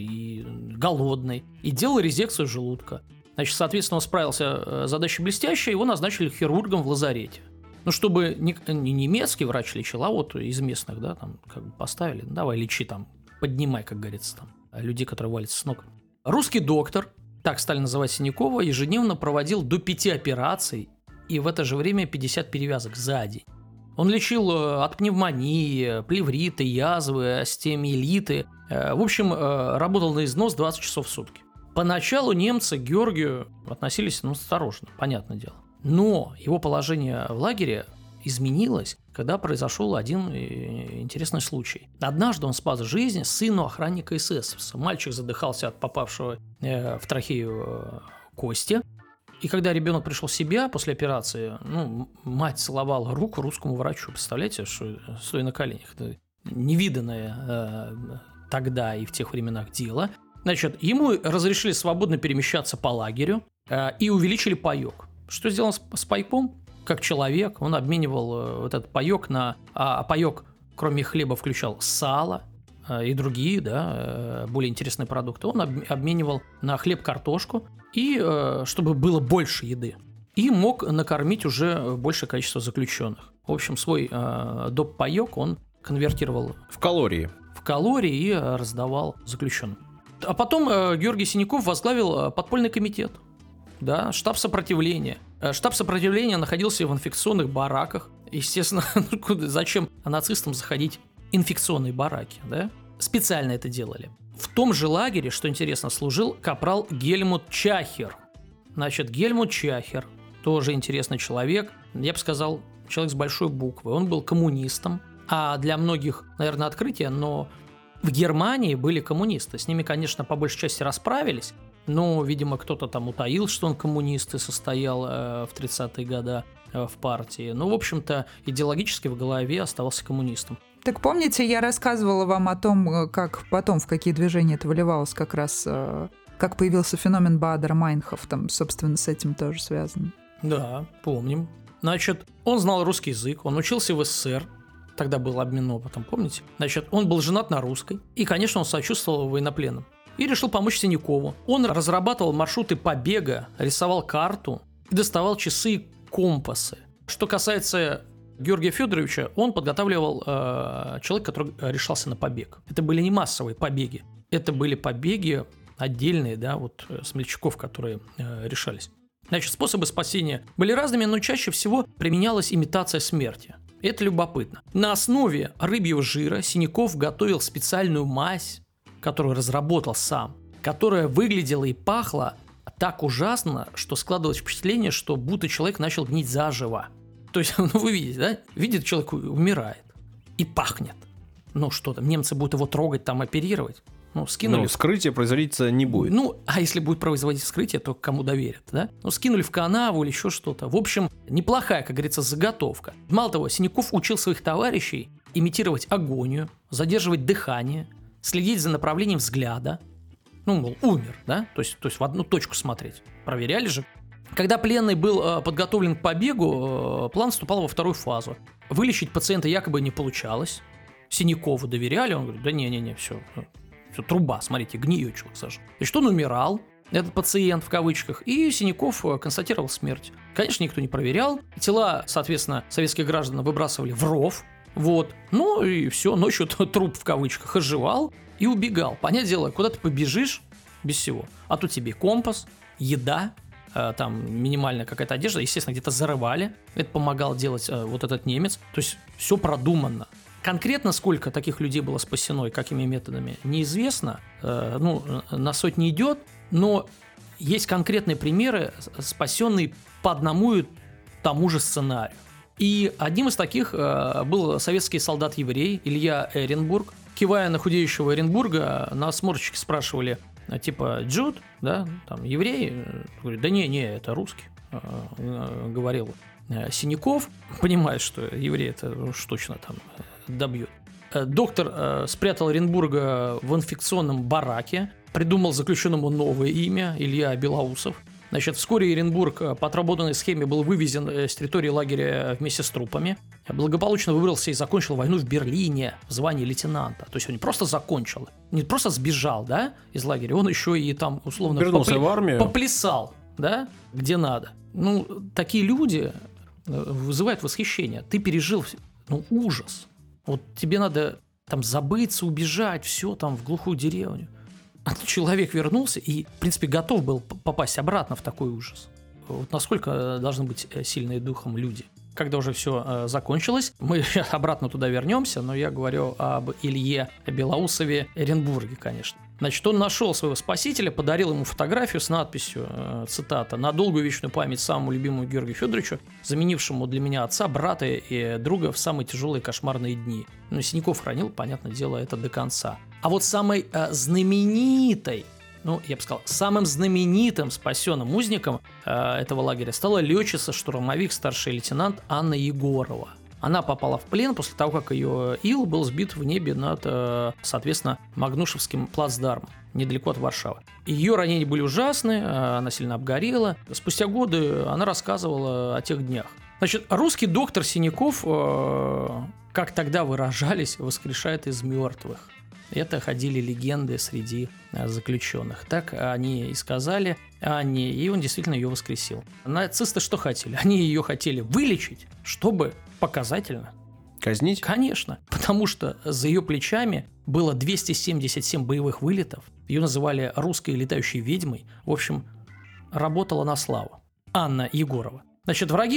и голодный, и делал резекцию желудка. Значит, соответственно, он справился с задачей блестяще, его назначили хирургом в лазарете. Ну, чтобы не, не немецкий врач лечил, а вот из местных, да, там, как бы поставили, ну, давай лечи там, поднимай, как говорится, там, людей, которые валятся с ног. Русский доктор, так стали называть Синякова, ежедневно проводил до пяти операций и в это же время пятьдесят перевязок за день. Он лечил от пневмонии, плевриты, язвы, остеомиелиты. В общем, работал на износ двадцать часов в сутки. Поначалу немцы к Георгию относились, ну, осторожно, понятное дело. Но его положение в лагере изменилось, когда произошел один интересный случай. Однажды он спас жизнь сыну охранника эсэсовца. Мальчик задыхался от попавшего в трахею кости. И когда ребенок пришел в себя после операции, ну, мать целовала руку русскому врачу. Представляете, что стоя на коленях. Это невиданное э, тогда и в тех временах дело. Значит, ему разрешили свободно перемещаться по лагерю э, и увеличили паёк. Что сделал с, с пайком? Как человек, он обменивал э, вот этот паёк на... А, а паёк, кроме хлеба, включал сало э, и другие, да, э, более интересные продукты. Он об, обменивал на хлеб картошку, и э, чтобы было больше еды. И мог накормить уже большее количество заключенных. В общем, свой э, доп. Паёк он конвертировал в калории. В калории и э, раздавал заключенным. А потом э, Георгий Синяков возглавил подпольный комитет, да, штаб сопротивления. Штаб сопротивления находился в инфекционных бараках. Естественно, зачем нацистам заходить в инфекционные бараки, да? Специально это делали. В том же лагере, что интересно, служил капрал Гельмут Чахер. Значит, Гельмут Чахер, тоже интересный человек, я бы сказал, человек с большой буквы. Он был коммунистом, а для многих, наверное, открытие, но в Германии были коммунисты. С ними, конечно, по большей части расправились, но, видимо, кто-то там утаил, что он коммунист и состоял э, в тридцатые годы э, в партии. Ну, в общем-то, идеологически в голове оставался коммунистом. Так помните, я рассказывала вам о том, как потом, в какие движения это выливалось, как раз, э, как появился феномен Баадера-Майнхоф, там, собственно, с этим тоже связано. Да, помним. Значит, он знал русский язык, он учился в СССР, тогда был обмен опытом, помните? Значит, он был женат на русской, и, конечно, он сочувствовал военнопленным. И решил помочь Синякову. Он разрабатывал маршруты побега, рисовал карту и доставал часы и компасы. Что касается Георгия Федоровича, он подготавливал э, человека, который решался на побег. Это были не массовые побеги, это были побеги отдельные, да, вот смельчаков, которые э, решались. Значит, способы спасения были разными, но чаще всего применялась имитация смерти. Это любопытно. На основе рыбьего жира Синяков готовил специальную мазь, которую разработал сам, которая выглядела и пахла так ужасно, что складывалось впечатление, что будто человек начал гнить заживо. То есть, ну вы видите, да? Видит, человек умирает и пахнет. Ну что там, немцы будут его трогать, там оперировать. Ну, скинули. Ну, вскрытие производить не будет. Ну, а если будет производить вскрытие, то кому доверят, да? Ну, скинули в канаву или еще что-то. В общем, неплохая, как говорится, заготовка. Мало того, Синяков учил своих товарищей имитировать агонию, задерживать дыхание, следить за направлением взгляда. Ну, мол, умер, да? То есть, то есть в одну точку смотреть. Проверяли же. Когда пленный был э, подготовлен к побегу, э, план вступал во вторую фазу. Вылечить пациента якобы не получалось. Синякову доверяли, он говорит, да не-не-не, все, все, труба, смотрите, гниет человек, Саша. И что он умирал, этот пациент в кавычках, и Синяков констатировал смерть. Конечно, никто не проверял. Тела, соответственно, советских граждан выбрасывали в ров. Вот. Ну и все, ночью труп в кавычках оживал и убегал. Понятное дело, куда ты побежишь без всего. А тут тебе компас, еда, там минимальная какая-то одежда, естественно, где-то зарывали. Это помогал делать вот этот немец. То есть все продуманно. Конкретно сколько таких людей было спасено и какими методами, неизвестно. Ну, на сотни идет, но есть конкретные примеры, спасенные по одному и тому же сценарию. И одним из таких был советский солдат-еврей Илья Эренбург. Кивая на худеющего Эренбурга, на осмотрщике спрашивали, типа, Джуд, да, там, еврей? Говорит, да не, не, это русский, говорил Синяков, понимает, что еврей это уж точно там добьет. Доктор спрятал Эренбурга в инфекционном бараке, придумал заключенному новое имя, Илья Белоусов. Значит, вскоре Эренбург по отработанной схеме был вывезен с территории лагеря вместе с трупами. Благополучно выбрался и закончил войну в Берлине в звании лейтенанта. То есть он не просто закончил, не просто сбежал, да, из лагеря, он еще и там условно вернулся попли... в армию, поплясал, да, где надо. Ну, такие люди вызывают восхищение. Ты пережил, ну, ужас. Вот тебе надо там забыться, убежать, все там в глухую деревню. А человек вернулся и, в принципе, готов был попасть обратно в такой ужас. Вот насколько должны быть сильные духом люди. Когда уже все э, закончилось, мы обратно туда вернемся, но я говорю об Илье Белоусове Эренбурге, конечно. Значит, он нашел своего спасителя, подарил ему фотографию с надписью, э, цитата, «На долгую вечную память самому любимому Георгию Федоровичу, заменившему для меня отца, брата и друга в самые тяжелые кошмарные дни». Ну, Синяков хранил, понятное дело, это до конца. А вот самой э, знаменитой, ну, я бы сказал, самым знаменитым спасенным узником э, этого лагеря стала летчица-штурмовик старший лейтенант Анна Егорова. Она попала в плен после того, как ее ил был сбит в небе над, э, соответственно, Магнушевским плацдармом, недалеко от Варшавы. Ее ранения были ужасны, э, она сильно обгорела. Спустя годы она рассказывала о тех днях. Значит, русский доктор Синяков, э, как тогда выражались, воскрешает из мертвых. Это ходили легенды среди заключенных. Так они и сказали Анне, и он действительно ее воскресил. Нацисты что хотели? Они ее хотели вылечить, чтобы показательно казнить? Конечно, потому что за ее плечами было двести семьдесят семь боевых вылетов. Ее называли русской летающей ведьмой. В общем, работала на славу. Анна Егорова. Значит, враги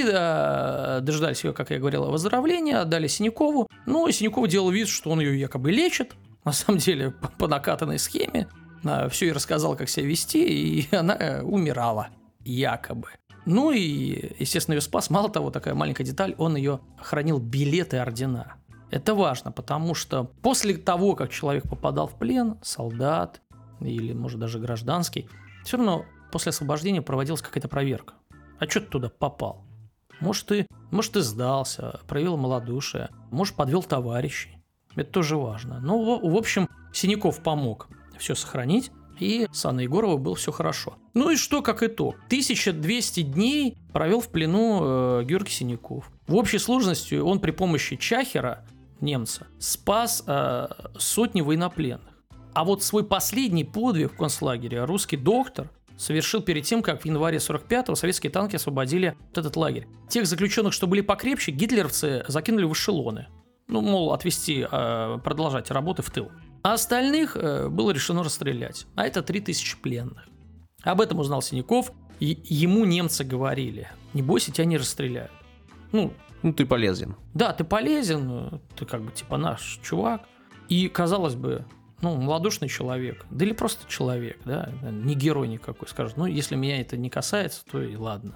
э, дождались ее, как я говорил, выздоровления, отдали Синякову. Ну, и Синяков делал вид, что он ее якобы лечит. На самом деле, по, по накатанной схеме. Э, все ей рассказал, как себя вести, и она э, умирала. Якобы. Ну и, естественно, ее спас. Мало того, такая маленькая деталь, он ее хранил билеты и ордена. Это важно, потому что после того, как человек попадал в плен, солдат или, может, даже гражданский, все равно после освобождения проводилась какая-то проверка. А что ты туда попал? Может, ты, может, ты сдался, проявил малодушие, может, подвел товарищей. Это тоже важно. Ну, в, в общем, Синяков помог все сохранить, и с Анной Егоровой было все хорошо. Ну и что, как итог? тысяча двести дней провел в плену э, Георгий Синяков. В общей сложности он при помощи Чахера, немца, спас э, сотни военнопленных. А вот свой последний подвиг в концлагере русский доктор совершил перед тем, как в январе сорок пятого советские танки освободили вот этот лагерь. Тех заключенных, что были покрепче, гитлеровцы закинули в эшелоны. Ну, мол, отвезти, э, продолжать работы в тыл. А остальных э, было решено расстрелять. А это три тысячи пленных. Об этом узнал Синяков, и ему немцы говорили: не бойся, тебя не расстреляют. Ну, ну, ты полезен. Да, ты полезен, ты как бы типа наш чувак. И, казалось бы, ну, малодушный человек, да или просто человек, да, не герой никакой, скажет, ну, если меня это не касается, то и ладно.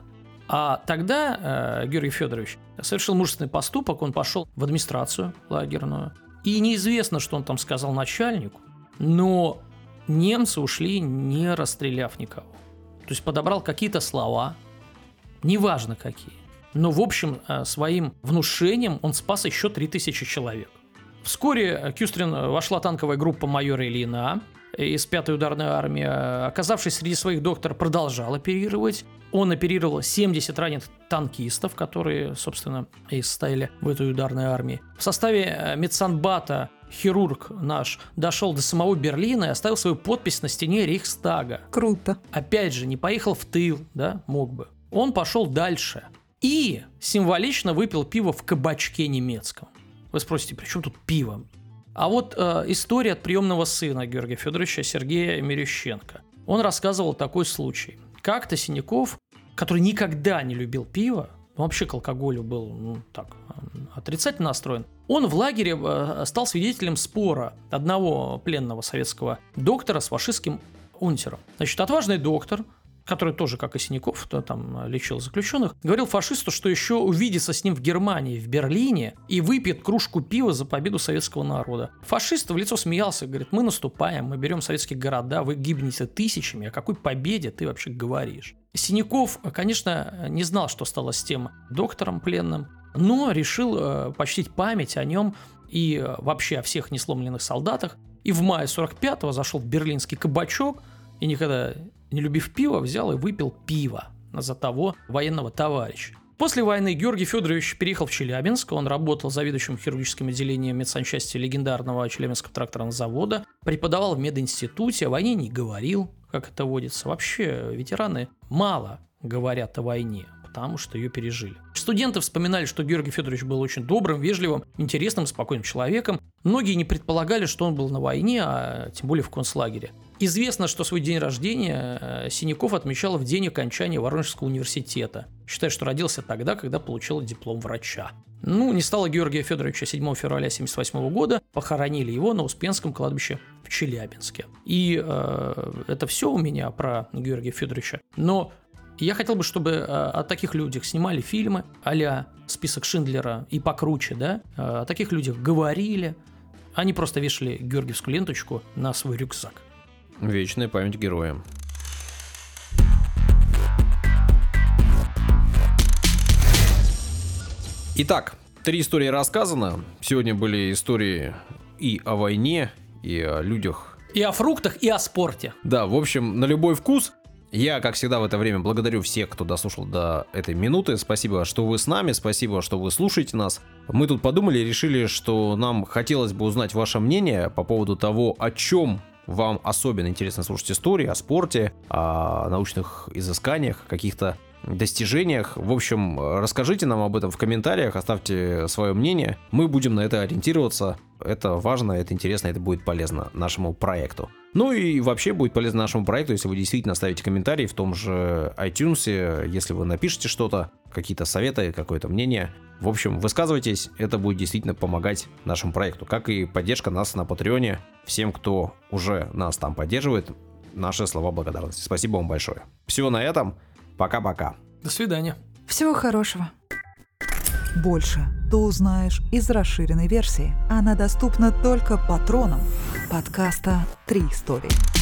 А тогда э, Георгий Федорович совершил мужественный поступок, он пошел в администрацию лагерную, и неизвестно, что он там сказал начальнику, но немцы ушли, не расстреляв никого. То есть подобрал какие-то слова, неважно какие, но, в общем, э, своим внушением он спас еще три тысячи человек. Вскоре Кюстрин вошла танковая группа майора Ильина из пятой ударной армии. Оказавшись среди своих, доктор продолжал оперировать. Он оперировал семьдесят раненых танкистов, которые, собственно, и состояли в этой ударной армии. В составе медсанбата хирург наш дошел до самого Берлина и оставил свою подпись на стене Рейхстага. Круто. Опять же, не поехал в тыл, да, мог бы. Он пошел дальше и символично выпил пиво в кабачке немецком. Вы спросите, при чем тут пиво? А вот э, история от приемного сына Георгия Федоровича Сергея Мирющенко. Он рассказывал такой случай. Как-то Синяков, который никогда не любил пиво, вообще к алкоголю был, ну, так, отрицательно настроен, он в лагере э, стал свидетелем спора одного пленного советского доктора с фашистским унтером. Значит, отважный доктор, который тоже, как и Синяков, то там лечил заключенных, говорил фашисту, что еще увидится с ним в Германии, в Берлине, и выпьет кружку пива за победу советского народа. Фашист в лицо смеялся, говорит: мы наступаем, мы берем советские города, вы гибнете тысячами, о какой победе ты вообще говоришь? Синяков, конечно, не знал, что стало с тем доктором пленным, но решил почтить память о нем и вообще о всех несломленных солдатах, и в мае сорок пятого зашел в берлинский кабачок и никогда не любив пиво, взял и выпил пиво за того военного товарища. После войны Георгий Федорович переехал в Челябинск, он работал заведующим хирургическим отделением медсанчасти легендарного Челябинского тракторного завода, преподавал в мединституте, о войне не говорил, как это водится. Вообще ветераны мало говорят о войне, потому что ее пережили. Студенты вспоминали, что Георгий Федорович был очень добрым, вежливым, интересным, спокойным человеком. Многие не предполагали, что он был на войне, а тем более в концлагере. Известно, что свой день рождения Синяков отмечал в день окончания Воронежского университета, считая, что родился тогда, когда получил диплом врача. Ну, не стало Георгия Федоровича седьмого февраля тысяча девятьсот семьдесят восьмого года, похоронили его на Успенском кладбище в Челябинске. И э, это все у меня про Георгия Федоровича. Но я хотел бы, чтобы э, о таких людях снимали фильмы, а-ля «Список Шиндлера» и покруче, да, э, о таких людях говорили, а не просто вешали георгиевскую ленточку на свой рюкзак. Вечная память героям. Итак, три истории рассказано. Сегодня были истории и о войне, и о людях. И о фруктах, и о спорте. Да, в общем, на любой вкус. Я, как всегда, в это время благодарю всех, кто дослушал до этой минуты. Спасибо, что вы с нами, спасибо, что вы слушаете нас. Мы тут подумали и решили, что нам хотелось бы узнать ваше мнение по поводу того, о чем вам особенно интересно слушать истории, о спорте, о научных изысканиях, каких-то достижениях. В общем, расскажите нам об этом в комментариях, оставьте свое мнение. Мы будем на это ориентироваться. Это важно, это интересно, это будет полезно нашему проекту. Ну и вообще будет полезно нашему проекту, если вы действительно оставите комментарий в том же iTunes, если вы напишите что-то, какие-то советы, какое-то мнение. В общем, высказывайтесь, это будет действительно помогать нашему проекту, как и поддержка нас на Патреоне. Всем, кто уже нас там поддерживает, наши слова благодарности. Спасибо вам большое. Все на этом. Пока-пока. До свидания. Всего хорошего. Больше ты узнаешь из расширенной версии. Она доступна только патронам подкаста «Три истории».